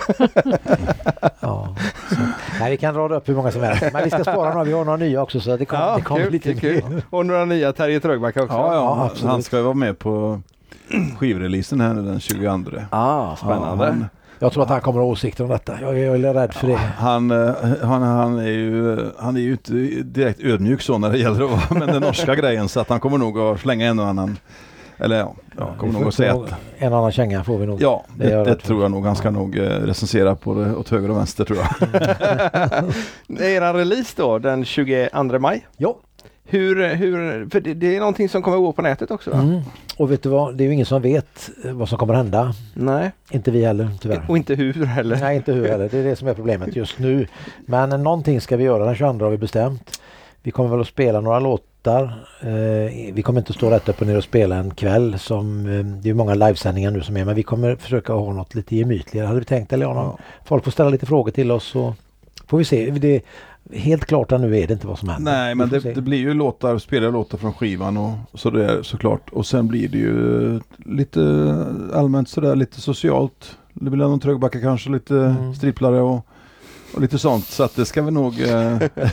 Ja, så. Nej, vi kan rada upp hur många som helst. Men vi ska spara några. Vi har några nya också så det kommer, Ja, det kommer kul, lite kul. Och några nya Terje Trögback också. Ja, Ja, ja, absolut. han ska ju vara med på skivreleasen här den tjugoandra. Ah, spännande. Ja, han, Jag tror att han kommer ha åsikter om detta. Jag, jag är rädd för det. han, eh, han, han, är ju, han är ju inte direkt ödmjuk så när det gäller att vara med den norska grejen, så att han kommer nog att slänga en och annan. Eller ja, ja kommer nog att säga att en annan känga får vi nog. ja, Det det, är jag det rädd för. tror jag nog. Han ska nog eh, recensera på det åt höger och vänster, tror jag. Er release då, den tjugoandra maj. Ja. Hur, hur, för det, det är någonting som kommer att gå på nätet också, va? Mm. Och vet du vad? Det är ju ingen som vet eh, vad som kommer hända. Nej, Inte vi heller, tyvärr. och inte hur heller. Nej, inte hur heller. Det är det som är problemet just nu. Men någonting ska vi göra. Den tjugoandra har vi bestämt. Vi kommer väl att spela några låtar. Eh, vi kommer inte stå rätt upp och ner och spela en kväll. Som, eh, det är många livesändningar nu som är. Men vi kommer försöka ha något lite gemytligare. Hade vi tänkt, eller ja, någon, folk får ställa lite frågor till oss. Så får vi se. Det, helt klart att nu är det inte vad som händer. Nej, men Vi det, får se. det blir ju låtar, spela låtar från skivan och så där, såklart. Och sen blir det ju lite allmänt sådär, lite socialt. Det blir någon Trögbacka kanske, lite Mm. striplare och, och lite sånt. Så att det ska vi nog... Eh,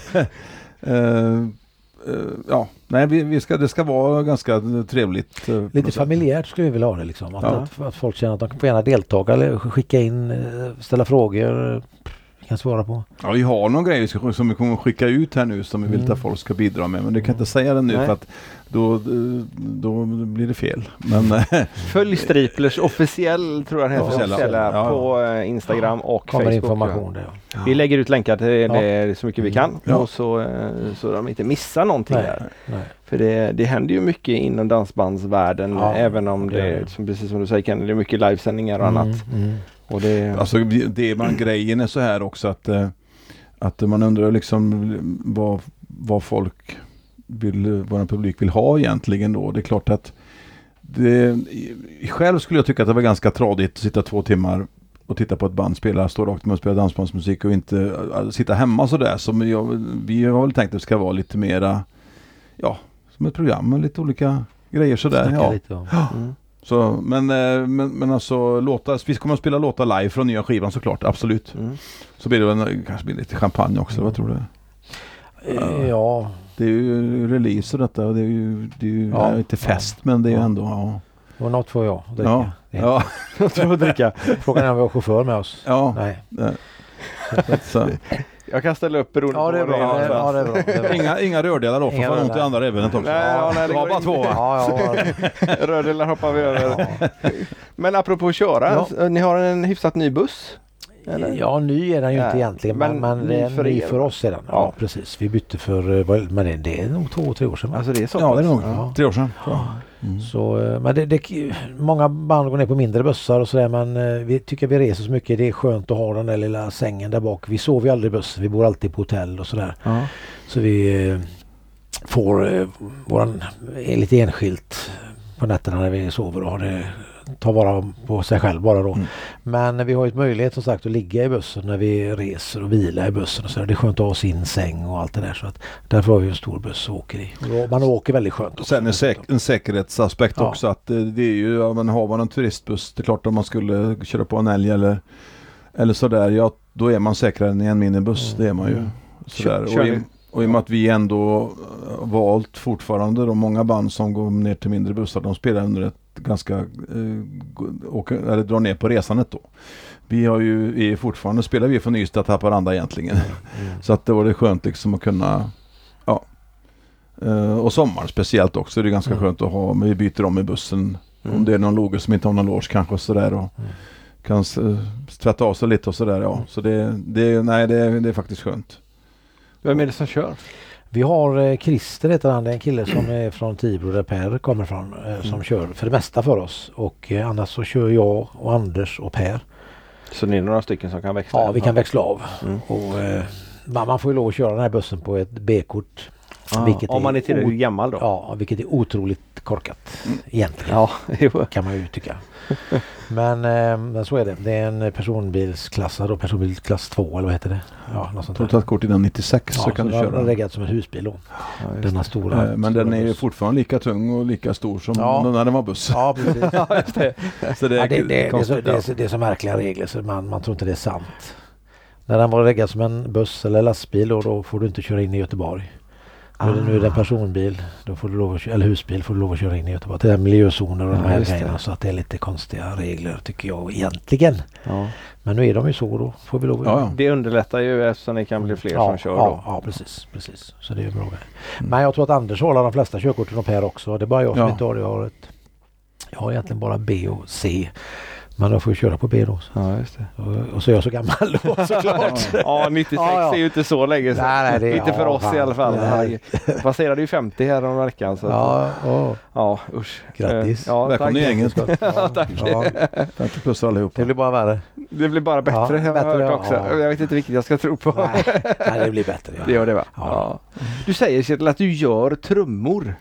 eh, eh, ja, nej, vi, vi ska, det ska vara ganska trevligt. eh, på Lite något sätt. familjärt skulle vi vilja ha det liksom. Att, Ja. att, att folk känner att de får gärna delta eller skicka in, eh, ställa frågor. Vi kan svara på. Ja, vi har någon grej vi ska, som vi kommer att skicka ut här nu som vi vill Mm. att folk ska bidra med. Men det kan jag inte säga det nu Nej. för att då, då blir det fel. Men Följ Striplers officiell, tror jag den heter, Ja, officiella, ja. på eh, Instagram och Kommer Facebook. information där. Ja. Vi lägger ut länkar till Ja. det så mycket vi kan. Ja. Och så, eh, så de inte missar någonting Nej. där. Nej. För det, det händer ju mycket inom dansbandsvärlden, Ja, även om det det, gör det. som, precis som du säger, Ken, det är mycket livesändningar och annat. Mm, mm. Och det, alltså det, det man, grejen är så här också att, eh, att man undrar liksom vad, vad folk vill, vad en publik vill ha egentligen då. Det är klart att det, själv skulle jag tycka att det var ganska tradigt att sitta två timmar och titta på ett band spela, stå rakt med och spela dansbandsmusik och inte äh, sitta hemma sådär. Som jag, vi har väl tänkt att det ska vara lite mera, ja, som ett program med lite olika grejer sådär. Snacka Ja. lite om. mm. Så, men, eh, men, men alltså låtar, vi kommer att spela låtar live från nya skivan såklart, absolut. Mm. Så blir det väl, kanske blir det lite champagne också, vad tror du? Eh, Ja, Det är ju release och detta och det är ju, det är ju Ja. ja, inte fest men det är ju Ja. ändå, ja. och något får jag dricka. Ja, Det är- ja, Jag tror att dricka. Frågan är om vi har chaufför med oss. ja. Nej. Så. Jag kan ställa upp beroende Ja, det är på bra. vad Det är, ja, det är bra. Det är bra. Inga, inga rördelar då, för Inga fan ont i rördelar. andra revbenet också. Nej, ja, nej, det det var går bara inte. två va? Ja, ja, Röddelar hoppar vi över. ja. Men apropå att köra, Ja. ni har en hyfsat ny buss? Eller? Ja, ny är den ju Nej, inte egentligen, men, men men ny det är för ny er. för oss är den. Ja, Ja. precis. Vi bytte för, eh, vad- men det, det är nog två, tre år sedan. Va? Alltså det är så Ja, det är pass? nog Ja. tre år sedan. Mm. Så, eh, men det, det, många band går ner på mindre bussar och sådär, men eh, vi tycker vi reser så mycket. Det är skönt att ha den där lilla sängen där bak. Vi sover ju aldrig i bussen, vi bor alltid på hotell och sådär. Ja. Så vi eh, får eh, våran, är lite enskilt på nätterna när vi sover och har det, tar vara på sig själv bara då. Mm. Men vi har ju ett möjlighet som sagt att ligga i bussen när vi reser och vila i bussen och så. Det är skönt att ha sin säng och allt det där, så att därför har vi en stor buss och åker i. Och då, man åker väldigt skönt Och också. sen en, säk- en säkerhetsaspekt Ja. också att eh, det är ju, ja, men har man en turistbuss, det är klart om man skulle köra på en älg eller, eller sådär, ja då är man säkrare än i en minibuss, Mm. det är man ju. Mm. Sådär. Kör Och, i, ni? och i och med att vi ändå eh, valt fortfarande då många band som går ner till mindre bussar, de spelar under ett ganska eh, gå- åker, eller drar ner på resandet då. Vi har ju är fortfarande, spelar vi från Ystad till Haparanda egentligen. Mm. Så att det var det skönt liksom att kunna, ja. Eh, och sommaren speciellt också, det är ganska Mm. skönt att ha, men vi byter om i bussen. Mm. Om det är någon loge som inte har någon loge kanske och sådär och Mm. kan s- tvätta av sig lite och sådär, ja. Så det, det, nej, det, det är faktiskt skönt. Vem är det som kör? Vi har eh, Christer heter han, det är en kille som är från Tibro där Per kommer från, eh, som Mm. kör för det mesta för oss. Och eh, annars så kör jag och Anders och Per. Så ni är några stycken som kan växla? Ja, vi kan växla av. Mm. Och, eh, man, man får ju lov att köra den här bussen på ett B-kort. Ah, vilket om man är tillräckligt o- gammal då? Ja, vilket är otroligt korkat egentligen. Ja, jo. Kan man ju tycka. Men, eh, men så är det. Det är en personbilsklassad och personbilsklass två eller vad heter det? Ja, något sånt där. Du har kort innan nittiosex ja, så kan så du köra. Den är reggad som en husbil då. Ja, denna stora. Eh, men stora den är ju buss. fortfarande lika tung och lika stor som ja. när den var buss. Ja, precis. ja, det. Så det, är ja, det, det, det, är så, konstigt, det, är så, det är så märkliga regler så man, man tror inte det är sant. När den var reggad som en buss eller lastbil och då får du inte köra in i Göteborg. Ah. Nu är det en personbil, då får du lov att, eller husbil får du lov att köra in i Göteborg. Det är miljözoner och ja, de här grejerna så att det är lite konstiga regler tycker jag egentligen. Ja. Men nu är de ju så då får vi lov att ja, ja. Det underlättar ju eftersom det kan bli fler ja, som kör ja, då. Ja, precis, precis. Så det är ju bra. Mm. Men jag tror att Anders håller de flesta körkorten upp här också. Det är bara jag som ja. inte har det. Jag har, ett, jag har egentligen bara B och C. Men då får vi köra på B då. Ja, just det. Och, och så är jag så gammal då såklart. ja, nittiosex ja, ja. är ju inte så länge sedan. Nej, nej, det, inte för ja, oss fan. i alla fall. Nej. Jag passerade ju femtio här om veckan. Så ja, oh. ja, usch. Grattis. Ja, välkommen i gänget. ja, tack. Ja. femtio plus allihopa. Det blir bara värre. Det blir bara bättre. Ja, bättre jag, också. Ja. jag vet inte vilket jag ska tro på. Nej, nej det blir bättre. Ja. Det gör det va? Ja. Ja. Du säger Kjetil att du gör trummor.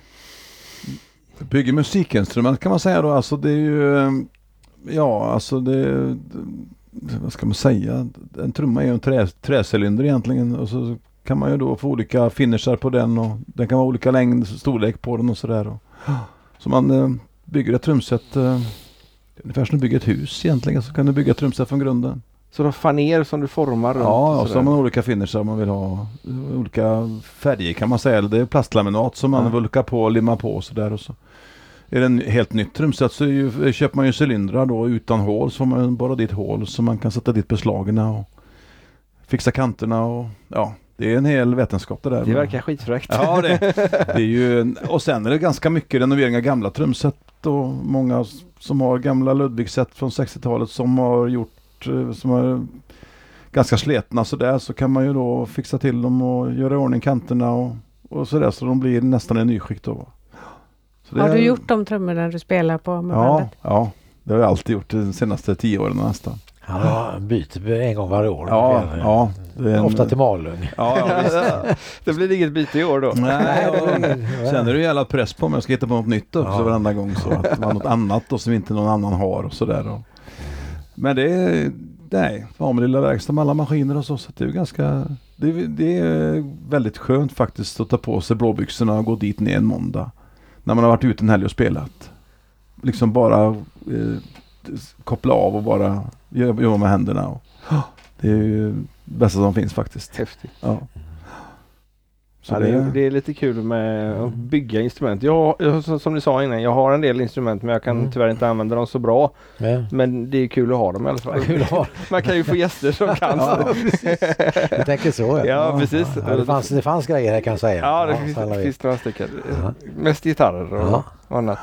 Bygger musikinstrument kan man säga då. Alltså det är ju... Ja, alltså det, vad ska man säga, en trumma är ju en trä, träcylinder egentligen och så kan man ju då få olika finisher på den och den kan vara olika längd, storlek på den och sådär. Så man eh, bygger ett trumset, eh, ungefär som du bygger ett hus egentligen, så kan du bygga ett trumset från grunden. Så du har faner som du formar runt? Ja, och så har man olika finisher man vill ha, olika färger kan man säga, det är plastlaminat som man ja. vulkar på och limmar på och sådär och så. Är det en helt nytt trumset så ju, köper man ju cylindrar då utan hål så man bara dit hål så man kan sätta dit beslagerna och fixa kanterna och ja, det är en hel vetenskap det där. Det verkar skitfräckt. Ja, det, det är ju, och sen är det ganska mycket renovering av gamla trumset och många som har gamla Ludwig-set från sextiotalet som har gjort, som har ganska sletna så där så kan man ju då fixa till dem och göra i ordning kanterna och, och sådär så de blir nästan en nyskick då. Har du gjort de trummorna du spelar på med ja, bandet? Ja, det har jag alltid gjort de senaste tio åren nästan. Ja, byter en gång varje år. Ja, ja, det är en... Ofta till Malung. Ja, ja, det blir inget byte i år då. Nej, ja. Sen är det ju jävla press på mig. Jag ska hitta på något nytt också ja. varenda gång. Så att det var något annat då som inte någon annan har och sådär. Men det är, nej, har med lilla verkstad med alla maskiner och så. Så det är ju ganska, det är, det är väldigt skönt faktiskt att ta på sig blåbyxorna och gå dit ner en måndag. När man har varit ute en helg och spelat. Liksom bara eh, koppla av och bara jobba med händerna. Och, oh, det är ju det bästa som finns faktiskt. Häftigt. Ja. Så ja, det, är, det är lite kul med att bygga instrument. Jag, jag, som du sa innan, jag har en del instrument men jag kan mm. tyvärr inte använda dem så bra. Ja. Men det är kul att ha dem i alla fall. Kul att ha. Man kan ju få gäster som kan. Ja, precis. Jag tänker så. Ja, ja precis. Ja, det, fanns, det fanns grejer här kan jag säga. Ja, det ja, finns, det finns några stycken. Ja. Mest gitarrer och, ja. och annat.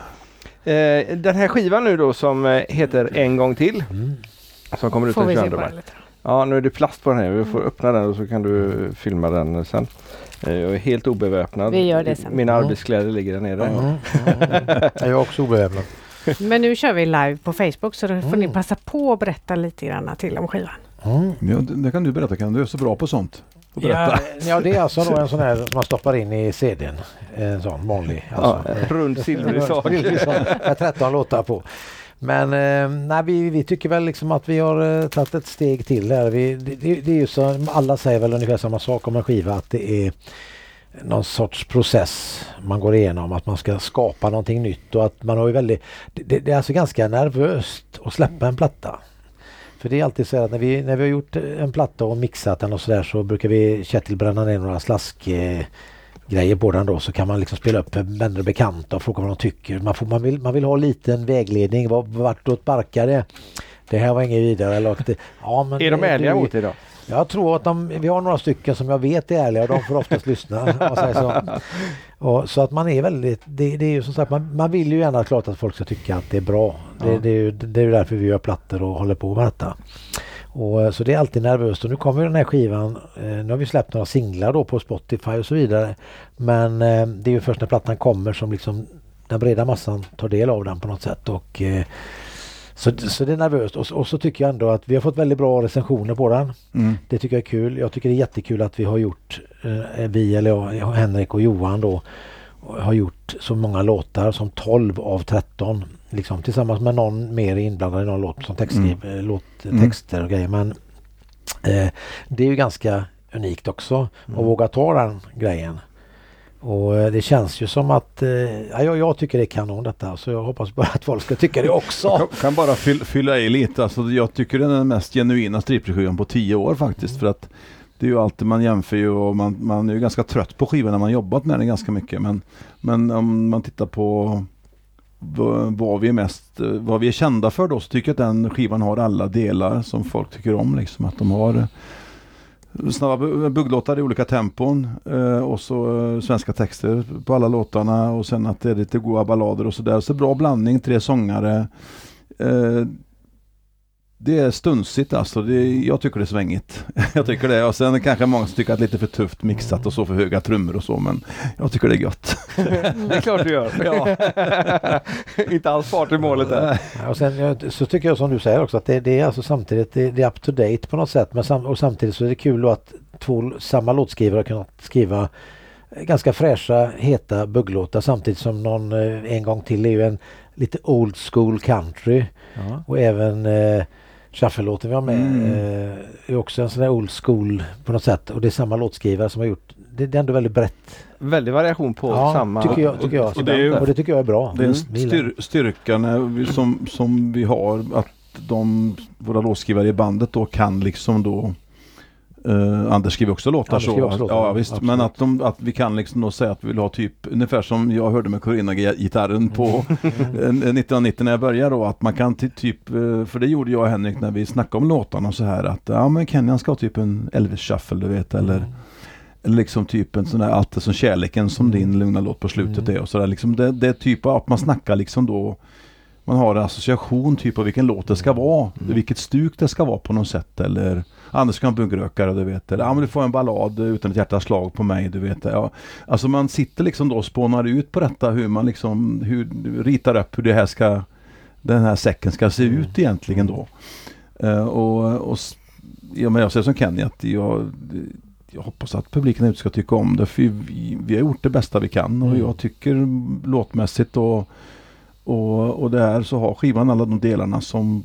Eh, den här skivan nu då som heter En gång till. Mm. Som kommer ut den tjugonde maj. Ja, nu är det plast på den här. Vi får öppna den och så kan du filma den sen. Jag är helt obeväpnad. Vi gör det sen. Mina mm. arbetskläder ligger där nere. Mm. Mm. Jag är också obeväpnad. Men nu kör vi live på Facebook så då får mm. ni passa på att berätta lite grann till om skivan. Mm. Ja, det kan du berätta. Kan du är så bra på sånt? Ja, ja, det är alltså då en sån här som man stoppar in i C D:n. En sån vanlig. Alltså. Ja, rund silvrig sak. Med tretton låtar på. Men eh, nej, vi, vi tycker väl liksom att vi har eh, tagit ett steg till här. Vi, det, det är ju så, alla säger väl ungefär samma sak om en skiva, att det är någon sorts process man går igenom, att man ska skapa någonting nytt och att man har ju väldigt, det, det är alltså ganska nervöst att släppa en platta. För det är alltid så att när vi, när vi har gjort en platta och mixat den och sådär så brukar vi Kjetil bränna ner några slask eh, grejer på den då, så kan man liksom spela upp vänner och bekanta och fråga vad de tycker. Man, får, man, vill, man vill ha lite en vägledning. Vartåt barkar det? Det här var inget vidare. Eller, det, ja, men är de ärliga mot idag? Jag tror att de, vi har några stycken som jag vet är ärliga och de får oftast lyssna. Och så, så. Och, så att man är väldigt, det, det är ju som sagt, man, man vill ju gärna klart att folk ska tycka att det är bra. Det, ja. det, är ju, det är ju därför vi gör plattor och håller på med detta. Och, så det är alltid nervöst och nu kommer den här skivan, eh, nu har vi släppt några singlar då på Spotify och så vidare, men eh, det är ju först när plattan kommer som liksom den breda massan tar del av den på något sätt och eh, så, så det är nervöst och, och så tycker jag ändå att vi har fått väldigt bra recensioner på den. Mm. Det tycker jag är kul. Jag tycker det är jättekul att vi har gjort, eh, vi eller jag, Henrik och Johan då, har gjort så många låtar som tolv av tretton. Liksom, tillsammans med någon mer inblandad i någon låt som textskriv, mm. låt, texter och grejer. Men eh, det är ju ganska unikt också mm. att våga ta den grejen. Och eh, det känns ju som att eh, ja, jag, jag tycker det är kanon detta, så jag hoppas bara att folk ska tycka det också. Jag kan bara fyll, fylla i lite. Alltså, jag tycker det är den mest genuina stripskivan på tio år faktiskt. Mm. För att det är ju alltid man jämför ju, och man, man är ju ganska trött på skivan när man jobbat med den ganska mycket. Men, men om man tittar på vad, vad vi är mest, vad vi är kända för då, så tycker jag att den skivan har alla delar som folk tycker om. Liksom, att de har snabba bugglåtar i olika tempon eh, och så eh, svenska texter på alla låtarna, och sen att det är lite goda ballader och sådär. Så bra blandning, tre sångare. Eh, det är stundsigt alltså. Det är, jag tycker det är svängigt. jag tycker det. Och sen kanske många som tycker att det är lite för tufft mixat och så, för höga trummor och så, men jag tycker det är gött. Det är klart du gör. Ja. Inte alls fart i målet där. Ja, och sen så tycker jag som du säger också att det, det är alltså samtidigt det, det är up to date på något sätt, men sam, och samtidigt så är det kul att två samma låtskrivare kan skriva ganska fräscha, heta bugglåtar samtidigt som någon en gång till är ju en lite old school country. Ja. Och även eh, Shuffle-låten vi har med mm. eh, är också en sån där old school på något sätt, och det är samma låtskrivare som har gjort det, det är ändå väldigt brett. Väldigt variation på ja, samma. Tycker jag, tycker jag. Och, och, det är, och det tycker jag är bra. Det är en styr, styrkan vi, som, som vi har, att de, våra låtskrivare i bandet då kan liksom då Uh, Anders skriver också låtar Anders så. Också låtar, ja, visst. Absolut. Men att, de, att vi kan liksom då säga att vi vill ha typ, ungefär som jag hörde med Corinna-gitarren på mm. nittonhundranittio när jag började då, att man kan ty, typ, för det gjorde jag och Henrik när vi snackade om låtarna och så här, att ja men Kenny ska ha typ en Elvis Shuffle, du vet, eller mm. eller liksom typ en sån där Allt är som kärleken som din lugna låt på slutet mm. är och sådär liksom, det, det är typ att man snackar liksom då, man har en association typ av vilken låt det ska vara, mm. vilket stuk det ska vara på något sätt, eller Anders kan buggrökare, du vet, eller ja men du får en ballad utan ett hjärtas slag på mig, du vet. Ja. Alltså man sitter liksom då och spånar ut på detta, hur man liksom hur, ritar upp hur det här ska, den här säcken ska se ut egentligen då. Uh, och, och ja, men jag säger som Kenny att jag, jag hoppas att publiken ute ska tycka om det, för vi, vi har gjort det bästa vi kan, och mm. jag tycker låtmässigt och Och, och där så har skivan alla de delarna som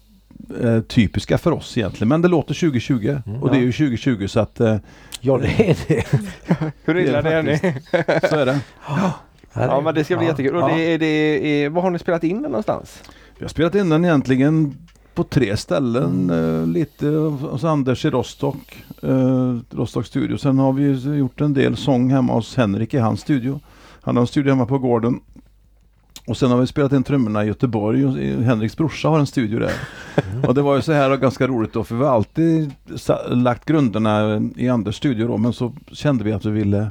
är typiska för oss egentligen. Men det låter tjugo tjugo mm, och det är ju tjugo tjugo så att... Eh, ja, det är det. Hur illa det är ni? Så är det. Ja, ja men det ska bli ja, jättekul. Och ja. det, är, det är, vad har ni spelat in den någonstans? Vi har spelat in den egentligen på tre ställen. Mm. Eh, lite hos Anders i Rostock. Eh, Rostock studio. Sen har vi gjort en del sång hemma hos Henrik i hans studio. Han har en studio hemma på gården. Och sen har vi spelat in trummorna i Göteborg, och Henriks brorsa har en studio där. Mm. Och det var ju så här ganska roligt då, för vi har alltid lagt grunderna i Anders studio då, men så kände vi att vi ville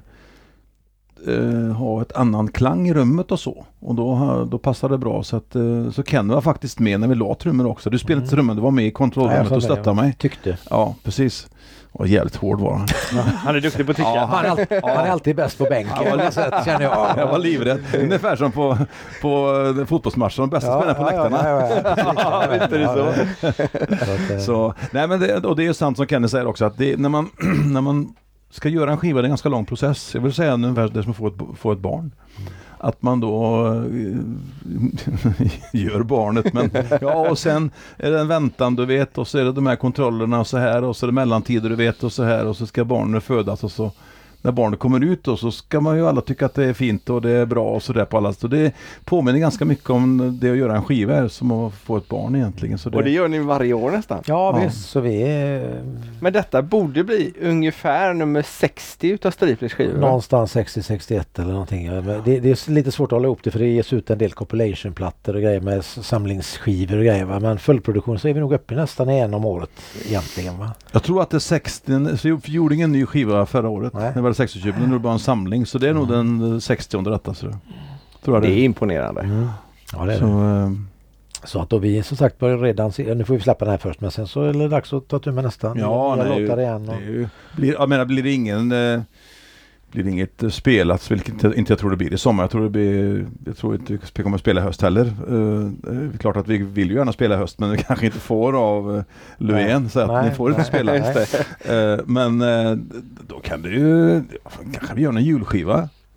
eh, ha ett annan klang i rummet och så. Och då, då passade det bra, så att eh, så Ken var faktiskt med när vi la trummor också. Du spelade inte mm. trummor, du var med i kontrollrummet och stöttade mig. Tyckte. Ja, precis. Och jävligt hård var han. Han är duktig på att tycka. Ja, han, är alltid, ja. han är alltid bäst på bänken. Ja, så att, känner jag. jag var livrädd. Ungefär som på, på fotbollsmatchen. De bästa ja, spelarna på ja, läktarna. Ja, ja, ja. ja, inte det så. så, så nej, men det, och det är sant som Kenny säger också, att det, när, man, när man ska göra en skiva, det är en ganska lång process. Jag vill säga ungefär det som att få ett, få ett barn. Att man då gör barnet, men ja, och sen är det en väntan, du vet, och så är det de här kontrollerna och så här, och så är det mellantider, du vet, och så här, och så ska barnet födas, och så när barnet kommer ut då, så ska man ju alla tycka att det är fint och det är bra och så där på alla. Så det påminner ganska mycket om det att göra en skiva här, som att få ett barn egentligen. Så det... Och det gör ni varje år nästan? Ja, ja. Visst, så vi är... Men detta borde bli ungefär nummer sextio utav Striplers skivor? Någonstans sextio sextioett eller någonting. Det, det är lite svårt att hålla ihop det, för det ges ut en del compilation-plattor och grejer med samlingsskivor och grejer, va? Men fullproduktion så är vi nog uppe nästan en om året egentligen, va? Jag tror att det är sextio, så vi gjorde ingen ny skiva förra året. Nej. Det var det sextio-tjugo, nu är det bara en samling, så det är mm. nog den sextionde detta, så tror jag det. Det är imponerande. Mm. Ja, det är så, det. Äh, så att då vi som sagt börjar redan se, nu får vi släppa den här först, men sen så är det dags att ta tur med nästan. Ja, jag nej, låtar igen. Och... det är ju, blir, jag menar, blir det ingen eh, blir det inget spelat, vilket jag, inte jag tror det blir i sommar. Jag tror det blir, jag tror inte vi kommer att spela i höst heller. Uh, det är klart att vi vill ju gärna spela i höst, men vi kanske inte får av uh, Löfven, så att nej, ni får nej, inte spela. Uh, men uh, då kan det ju, kanske vi gör en julskiva.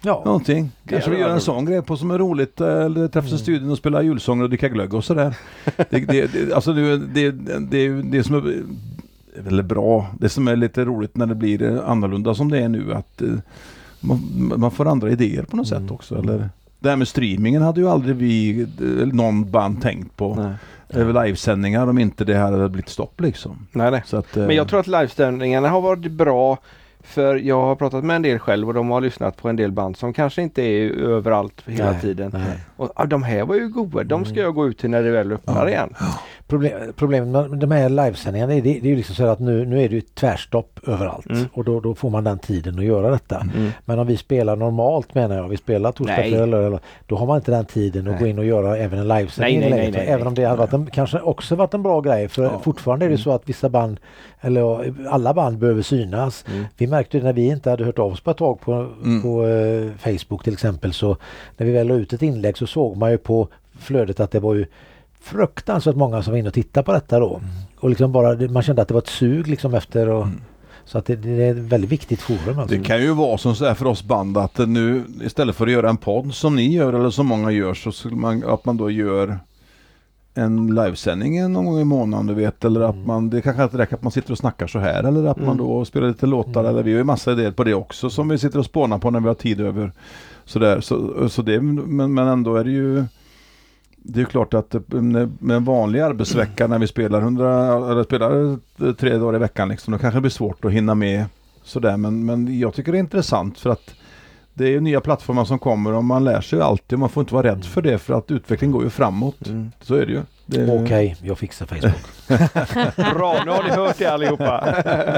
Ja. Någonting. Kanske vi gör en sån grej på som är roligt. Eller träffas i mm. studion och spela julsånger och dricka glögg och sådär. det, det, det, alltså det, det, det är ju det som är väldigt bra. Det som är lite roligt när det blir annorlunda som det är nu. Att man, man får andra idéer på något mm. sätt också. Eller, det här med streamingen hade ju aldrig vi, någon band tänkt på. Nej. Livesändningar om inte det här hade blivit stopp liksom. Nej, nej. Så att, men jag tror att livesändningarna har varit bra. För jag har pratat med en del själv och de har lyssnat på en del band som kanske inte är överallt hela nej, tiden. Nej. Och ja, de här var ju goda. De ska jag gå ut till när det väl öppnar ja. igen. Problem, problemet med de här livesändningarna är det, det är ju liksom så att nu, nu är det ju tvärstopp överallt. Mm. Och då, då får man den tiden att göra detta. Mm. Men om vi spelar normalt menar jag, vi spelar torsdag kväll eller då har man inte den tiden att nej. gå in och göra även en livesändning. Nej, nej, nej, nej, även om det hade varit en, kanske också varit en bra grej. För ja. fortfarande är det så att vissa band, eller alla band behöver synas. Mm. Vi märkte när vi inte hade hört av oss på ett tag på, mm. på uh, Facebook till exempel, så när vi väl la ut ett inlägg så såg man ju på flödet att det var ju fruktansvärt många som var inne och tittade på detta då. Mm. Och liksom bara, man kände att det var ett sug liksom efter och, mm. så att det, det är ett väldigt viktigt forum. Alltså. Det kan ju vara som så här för oss band att nu istället för att göra en podd som ni gör eller som många gör så skulle man, att man då gör en livesändning någon gång i månaden du vet, eller att mm. man, det kanske inte räcker att man sitter och snackar så här eller att mm. man då spelar lite låtar mm. eller vi har ju massa idéer på det också som vi sitter och spånar på när vi har tid över sådär, så, så det, men, men ändå är det ju det är klart att med en vanlig arbetsvecka när vi spelar hundra eller spelar tre dagar i veckan liksom, då kanske det blir svårt att hinna med sådär, men, men jag tycker det är intressant för att det är ju nya plattformar som kommer och man lär sig ju alltid och man får inte vara rädd för det för att utvecklingen går ju framåt. Mm. Så är det ju. Det... Okej, okay, jag fixar Facebook. Bra, nu har ni hört det allihopa.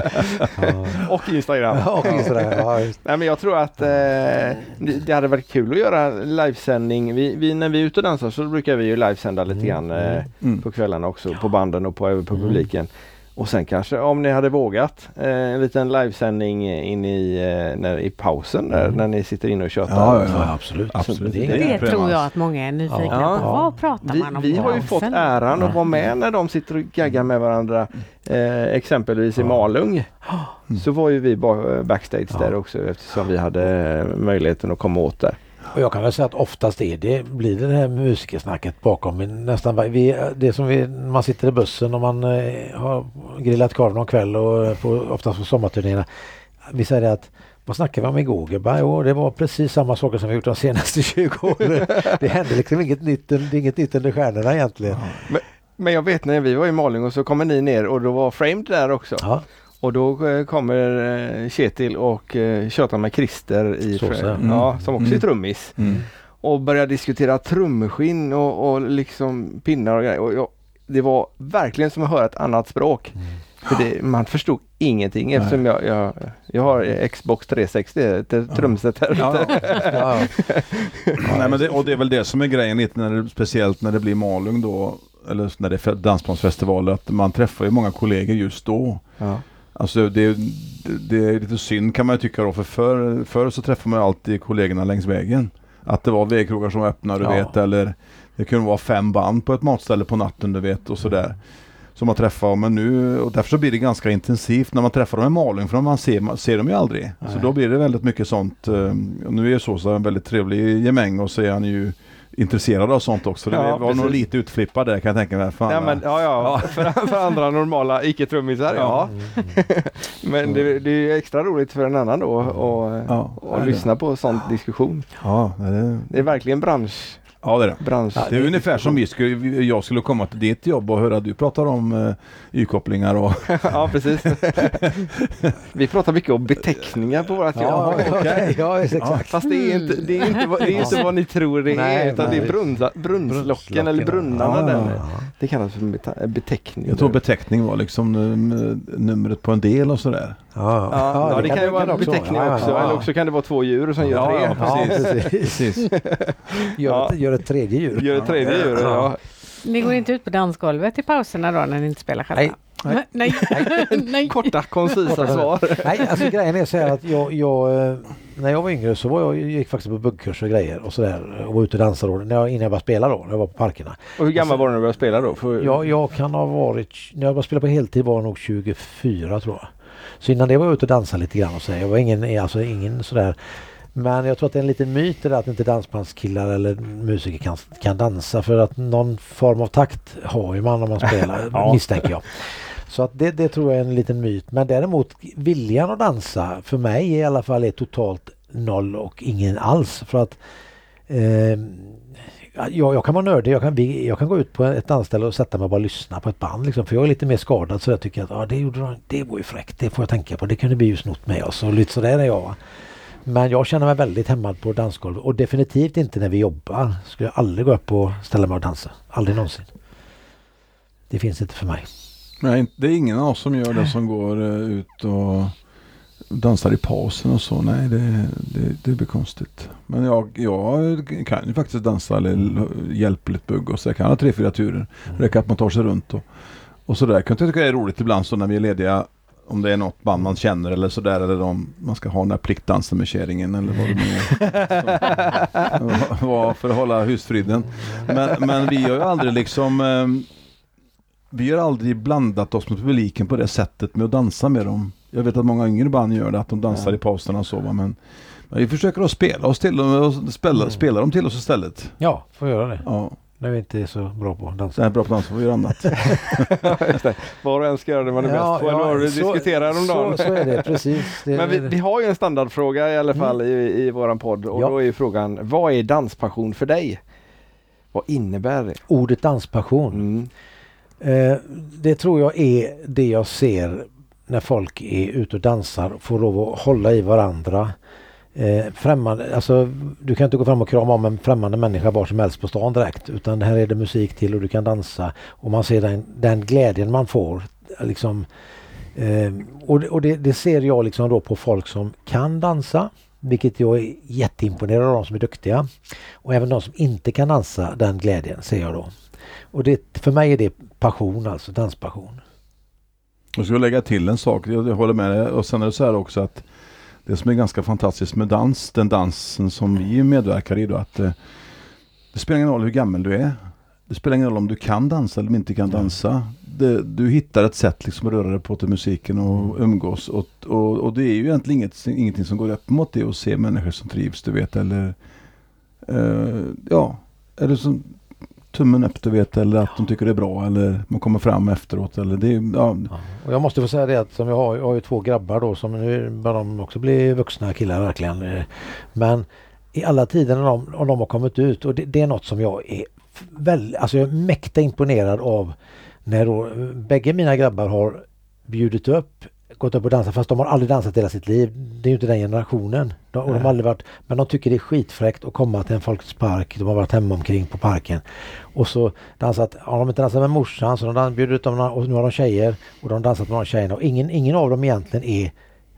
Och Instagram. Och Instagram, ja. Nej, men jag tror att eh, det hade varit kul att göra livesändning. Vi, vi, när vi är ute och dansar så brukar vi ju livesända lite grann eh, mm. på kvällarna också, på banden och på, på publiken. Mm. Och sen kanske, om ni hade vågat, eh, en liten livesändning in i, eh, när, i pausen, när, när ni sitter inne och tjötar. Ja, ja, ja, absolut. absolut. Det, det, det tror jag att många är nyfikna ja. på. Vad pratar vi, man om? Vi har ju fått äran att vara med när de sitter och gaggar med varandra. Eh, exempelvis i Malung. Mm. Så var ju vi backstage ja. där också eftersom vi hade möjligheten att komma åt där. Och jag kan väl säga att oftast är det, blir det det här musikersnacket bakom. Men nästan vi, det som vi, man sitter i bussen och man eh, har grillat korv någon kväll och på, oftast på sommarturnéerna. Vi säger att, vad snackar vi om igår? Jo, det var precis samma saker som vi gjort de senaste tjugo åren. Det hände liksom inget nytt, det är inget nytt under stjärnorna egentligen. Men, men jag vet när vi var i Malung och så kommer ni ner och då var Framed där också. Ja. Och då eh, kommer eh, Kjetil och eh, tjötar med Christer i mm. ja, som också mm. är trummis. Mm. Och börjar diskutera trumskinn och, och liksom pinnar och grejer. Och jag, det var verkligen som att höra ett annat språk. Mm. För det, man förstod ingenting Nej. eftersom jag, jag, jag har Xbox tre sextio, ett ja. trumset här ute. Ja, ja. ja. Nej, men det, och det är väl det som är grejen lite när det, speciellt när det blir Malung då, eller när det är dansbandsfestivaler, att man träffar ju många kollegor just då. Ja. Alltså det, det är lite synd kan man ju tycka då, för förr för så träffar man alltid kollegorna längs vägen. Att det var vägkrogar som öppnade, du ja. vet, eller det kunde vara fem band på ett matställe på natten, du vet, och sådär. Som man träffar, men nu, och därför så blir det ganska intensivt när man träffar dem i Malung, för man ser, man ser dem ju aldrig. Nej. Så då blir det väldigt mycket sånt, nu är det så, så en väldigt trevlig gemäng och så är han ju intresserad av sånt också. Det ja, var precis. nog lite utflippad där kan jag tänka mig. Fan, ja, men, ja, ja. För, för andra normala icke-trummisar, ja. ja. Men det, det är extra roligt för en annan då och, ja, och lyssna på sån diskussion. Ja, det... det är verkligen bransch. Ja, det är det. Bransch. Ja, det är ungefär som vi skulle, jag skulle komma till ditt jobb och höra du pratar om uh, y-kopplingar och... ja, precis. Vi pratar mycket om beteckningar på vårt jobb. Ja, okay. ja, exakt. Fast det är inte, det är inte, vad, det är inte vad ni tror det nej, är, utan nej. det är brunsa, brunnslocken eller brunnarna. Ja, där. Ja. Det kallas för beteckning. Jag tror beteckning var liksom um, numret på en del och sådär. Ja, ja, ja, ja det, det kan, kan ju vara en beteckning också. också. Ja, ja. Eller också kan det vara två djur som gör tre. Ja, precis. precis. Gör, ett, gör ett tredje djur. Gör ett tredje djur, ja. ja. Ni går inte ut på dansgolvet i pauserna då när ni inte spelar själva? Nej. Nej. Nej. Nej. Korta, koncisa svar. Nej, alltså grejen är så här att jag, jag, när jag var yngre så var jag, jag gick faktiskt på buggkurser och grejer och sådär och var ute och dansade då, när jag, innan jag började spela då, när jag var på parkerna. Och hur gammal alltså, var du när du började spela då? För... Ja, jag kan ha varit, när jag började spela på heltid var jag nog tjugofyra tror jag. Så innan det var jag ute och dansade lite grann och så. Jag var ingen, alltså ingen sådär Men jag tror att det är en liten myt det där att inte dansbandskillar eller musiker kan, kan dansa, för att någon form av takt har ju man om man spelar, ja. misstänker jag. Så att det, det tror jag är en liten myt. Men däremot viljan att dansa för mig i alla fall är totalt noll och ingen alls. För att eh, jag, jag kan vara nördig, jag kan, jag kan gå ut på ett dansställe och sätta mig och bara lyssna på ett band. Liksom, för jag är lite mer skadad, så jag tycker att ah, det, gjorde, det var ju fräckt, det får jag tänka på. Det kunde bli ju snott med oss och lite sådär är jag, va. Men jag känner mig väldigt hämmad på dansgolvet, och definitivt inte när vi jobbar. Skulle jag aldrig gå upp och ställa mig och dansa. Aldrig någonsin. Det finns inte för mig. Nej, det är ingen av oss som gör det, som går uh, ut och dansar i pausen och så. Nej, det, det, det blir konstigt. Men jag, jag kan ju faktiskt dansa eller hjälpligt bugg och så. Jag kan ha tre, fyra turer. Mm. Räcker att man tar sig runt och, och sådär. Jag kan tycka det är roligt ibland så när vi är lediga, om det är något band man känner eller sådär, eller om man ska ha den här pliktdansen med kärringen eller vad det nu är. Vad för att hålla husfriden. Men, men vi har ju aldrig liksom eh, vi har aldrig blandat oss med publiken på det sättet med att dansa med dem. Jag vet att många yngre band gör det, att de dansar ja. i pauserna och så, men, men vi försöker att spela oss till och spela, mm. spela dem till oss istället. Ja, får göra det. Ja. När vi inte är så bra på att dansa. Nej, bra på att dansa får vi göra annat. Just det. Var och en ska göra det man är ja, bäst på. Ja, eller så, diskuterar om dagen. Så, så är det, precis. Det, Men vi, vi har ju en standardfråga i alla fall mm. i, i våran podd. Och ja. då är frågan, vad är danspassion för dig? Vad innebär det? Ordet danspassion. Mm. Eh, det tror jag är det jag ser när folk är ute och dansar, får lov att hålla i varandra. Eh, främmande, alltså, du kan inte gå fram och krama om en främmande människa var som helst på stan direkt, utan här är det musik till och du kan dansa och man ser den, den glädjen man får liksom, eh, och, och det, det ser jag liksom då på folk som kan dansa, vilket jag är jätteimponerad av, de som är duktiga, och även de som inte kan dansa, den glädjen ser jag då, och det, för mig är det passion, alltså danspassion. Jag ska lägga till en sak, jag, jag håller med dig, och sen är det så här också att det som är ganska fantastiskt med dans, den dansen som vi medverkar i då, att eh, det spelar ingen roll hur gammal du är. Det spelar ingen roll om du kan dansa eller inte kan dansa. Det, du hittar ett sätt liksom att röra dig på till musiken och umgås. Och, och, och det är ju egentligen inget, ingenting som går upp mot det, att se människor som trivs, du vet, eller eh, ja, eller som tummen upp, du vet, eller att de tycker det är bra, eller man kommer fram efteråt, eller det, ja. Ja. Och jag måste få säga det att som jag har, jag har ju två grabbar då som nu börjar de också bli vuxna killar verkligen, men i alla tider när de, när de har kommit ut, och det, det är något som jag är väl, alltså jag är mäkta imponerad av, när då bägge mina grabbar har bjudit upp, gått upp och dansat, fast de har aldrig dansat hela sitt liv. Det är ju inte den generationen. De, och de har aldrig varit, men de tycker det är skitfräckt att komma till en folkspark. De har varit hemma omkring på parken. Och så dansat, ja, de har inte dansat med morsan, så de bjuder ut dem, och nu har de tjejer, och de har dansat med de tjejerna. Och ingen, ingen av dem egentligen är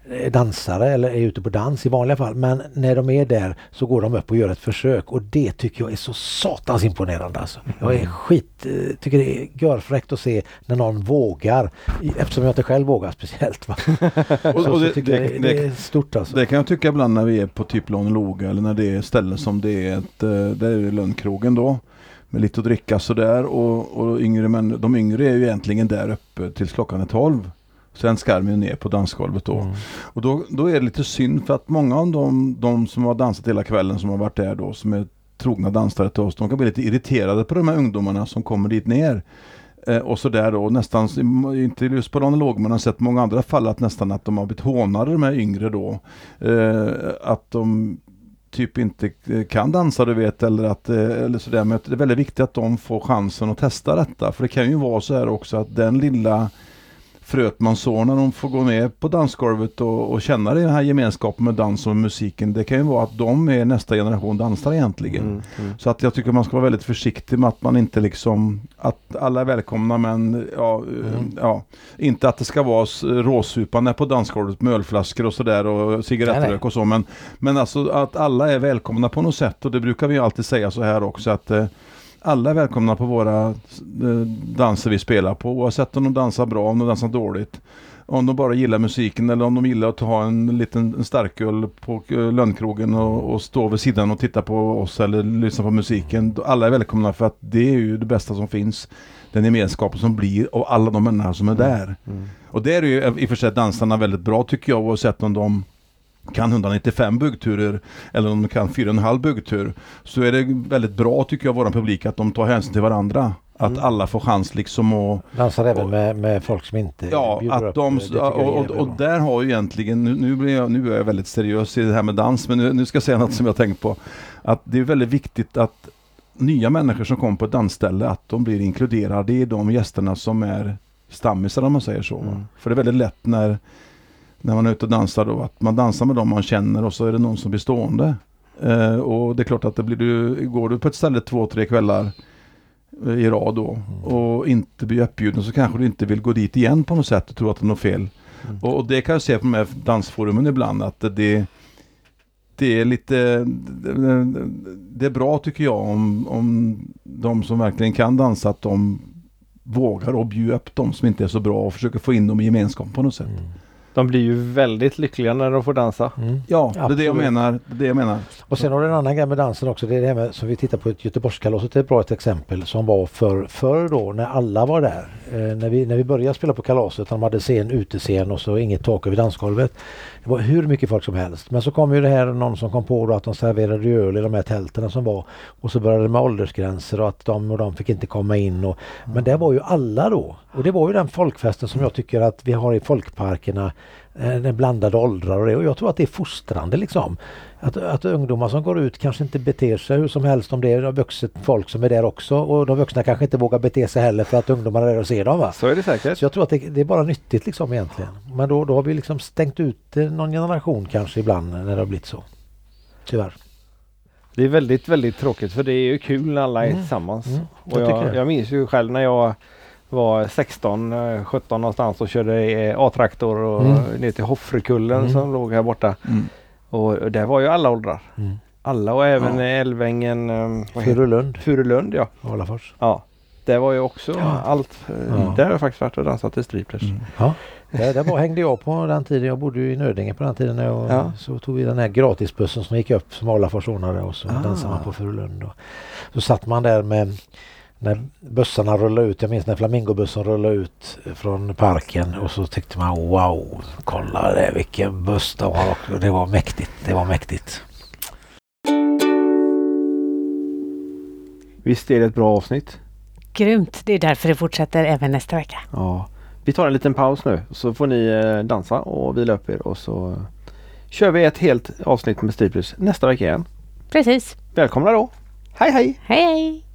dansare eller är ute på dans i vanliga fall, men när de är där så går de upp och gör ett försök, och det tycker jag är så satans imponerande alltså. Jag är skit, tycker det är görfräckt att se när någon vågar, eftersom jag inte själv vågar speciellt, va? och, så, och det, så tycker det, jag det, det är stort alltså. Det kan jag tycka ibland när vi är på typ Lånloga, eller när det är ställen som det är ett, där är det Lönnkrogen då, med lite att dricka sådär, och, och yngre, men de yngre är ju egentligen där uppe tills klockan är tolv. Sen ska de ner på dansgolvet då. Mm. Och då, då är det lite synd, för att många av de, de som har dansat hela kvällen, som har varit där då, som är trogna dansare till oss, de kan bli lite irriterade på de här ungdomarna som kommer dit ner. Eh, och så där då, nästan, inte just på Lånelåg, men jag har sett många andra fall att nästan att de har blivit hånade, de här yngre då. Eh, att de typ inte kan dansa, du vet, eller att eller sådär, men det är väldigt viktigt att de får chansen att testa detta, för det kan ju vara så här också att den lilla fröt man så när de får gå med på dansgolvet och, och känna den här gemenskapen med dans och musiken, det kan ju vara att de är nästa generation dansare egentligen. Mm, mm. Så att jag tycker man ska vara väldigt försiktig med att man inte liksom, att alla är välkomna, men ja, mm. ja inte att det ska vara råsupande på dansgolvet med ölflaskor och sådär och cigarettrök och så, men, men alltså att alla är välkomna på något sätt, och det brukar vi ju alltid säga så här också, att eh, alla är välkomna på våra danser vi spelar på, oavsett om de dansar bra, om de dansar dåligt, om de bara gillar musiken, eller om de gillar att ha en liten en starköl på Lönnkrogen och, och stå vid sidan och titta på oss eller lyssna på musiken. Alla är välkomna, för att det är ju det bästa som finns, den gemenskapen som blir av alla de människor som är där. Mm. Och det är ju i och för sig dansarna väldigt bra, tycker jag, oavsett om de kan etthundranittiofem byggturer eller om de kan fyra och en halv byggtur, så är det väldigt bra tycker jag våran publik att de tar hänsyn till varandra. Att mm. alla får chans liksom att... Dansar även med, med folk som inte ja, bjuder att upp. De, och, och, och där har ju egentligen, nu, nu, blir jag, nu är jag väldigt seriös i det här med dans, men nu, nu ska jag säga något som jag tänkt på. Att det är väldigt viktigt att nya människor som kommer på ett dansställe, att de blir inkluderade i de gästerna som är stammisar om man säger så. Mm. För det är väldigt lätt när, när man är ute och dansar då, att man dansar med dem man känner och så är det någon som blir stående. Eh, och det är klart att det blir du, går du på ett ställe två, tre kvällar i rad då mm. och inte blir uppbjuden, så kanske du inte vill gå dit igen på något sätt och tror att det är något fel. Mm. Och, och det kan jag se på de här dansforumen ibland, att det, det är lite det, det är bra tycker jag om, om de som verkligen kan dansa, att de vågar och bjuda upp de som inte är så bra och försöker få in dem i gemenskap på något sätt. Mm. De blir ju väldigt lyckliga när de får dansa. Mm. Ja, det är det jag menar. Det är det jag menar. Och sen har du en annan grej med dansen också. Det är det här med, som vi tittar på ett Göteborgskalaset, det är ett bra ett exempel som var för, för då när alla var där. Eh, när, vi, när vi började spela på kalaset, de hade scen, utescen och så inget tak över dansgolvet. Det var hur mycket folk som helst. Men så kom ju det här, någon som kom på då att de serverade öl i de här tälterna som var. Och så började det med åldersgränser och att de och de fick inte komma in. Och, mm. Men det var ju alla då. Och det var ju den folkfesten som jag tycker att vi har i folkparkerna. Den blandade åldrar och det. Och jag tror att det är fostrande liksom. Att, att ungdomar som går ut kanske inte beter sig hur som helst, om det är vuxet folk som är där också. Och de vuxna kanske inte vågar bete sig heller för att ungdomar är där och ser dem, va? Så är det säkert. Så jag tror att det, det är bara nyttigt liksom egentligen. Men då, då har vi liksom stängt ut någon generation kanske ibland när det har blivit så. Tyvärr. Det är väldigt, väldigt tråkigt, för det är ju kul när alla är mm. tillsammans. Mm. Och jag, jag, jag minns ju själv när jag var sexton sjutton någonstans och körde A-traktor och mm. ner till Hoffrekullen mm. som låg här borta. Mm. Och där var ju alla åldrar. Mm. Alla, och även ja. Älvängen. Furulund. Furulund, ja. Alafors. Ja. Det var ju också ja. allt. Ja. Där har jag faktiskt varit och dansat i striplers. Mm. Ja. Det, det var, hängde jag på den tiden. Jag bodde ju i Nödinge på den tiden. Och ja. Så tog vi den här gratisbussen som gick upp som Alafors ordnade, och så ah. dansade man på Furulund. Och så satt man där med när bussarna rullade ut. Jag minns när Flamingobussen rullade ut från parken, och så tyckte man wow, kolla det, vilken buss de har. Och det var mäktigt, det var mäktigt. Visst är det ett bra avsnitt? Grymt, det är därför det fortsätter även nästa vecka. Ja, vi tar en liten paus nu, så får ni dansa och vila upp er, och så kör vi ett helt avsnitt med Striplers nästa vecka igen. Precis. Välkomna då. Hej hej! Hej hej!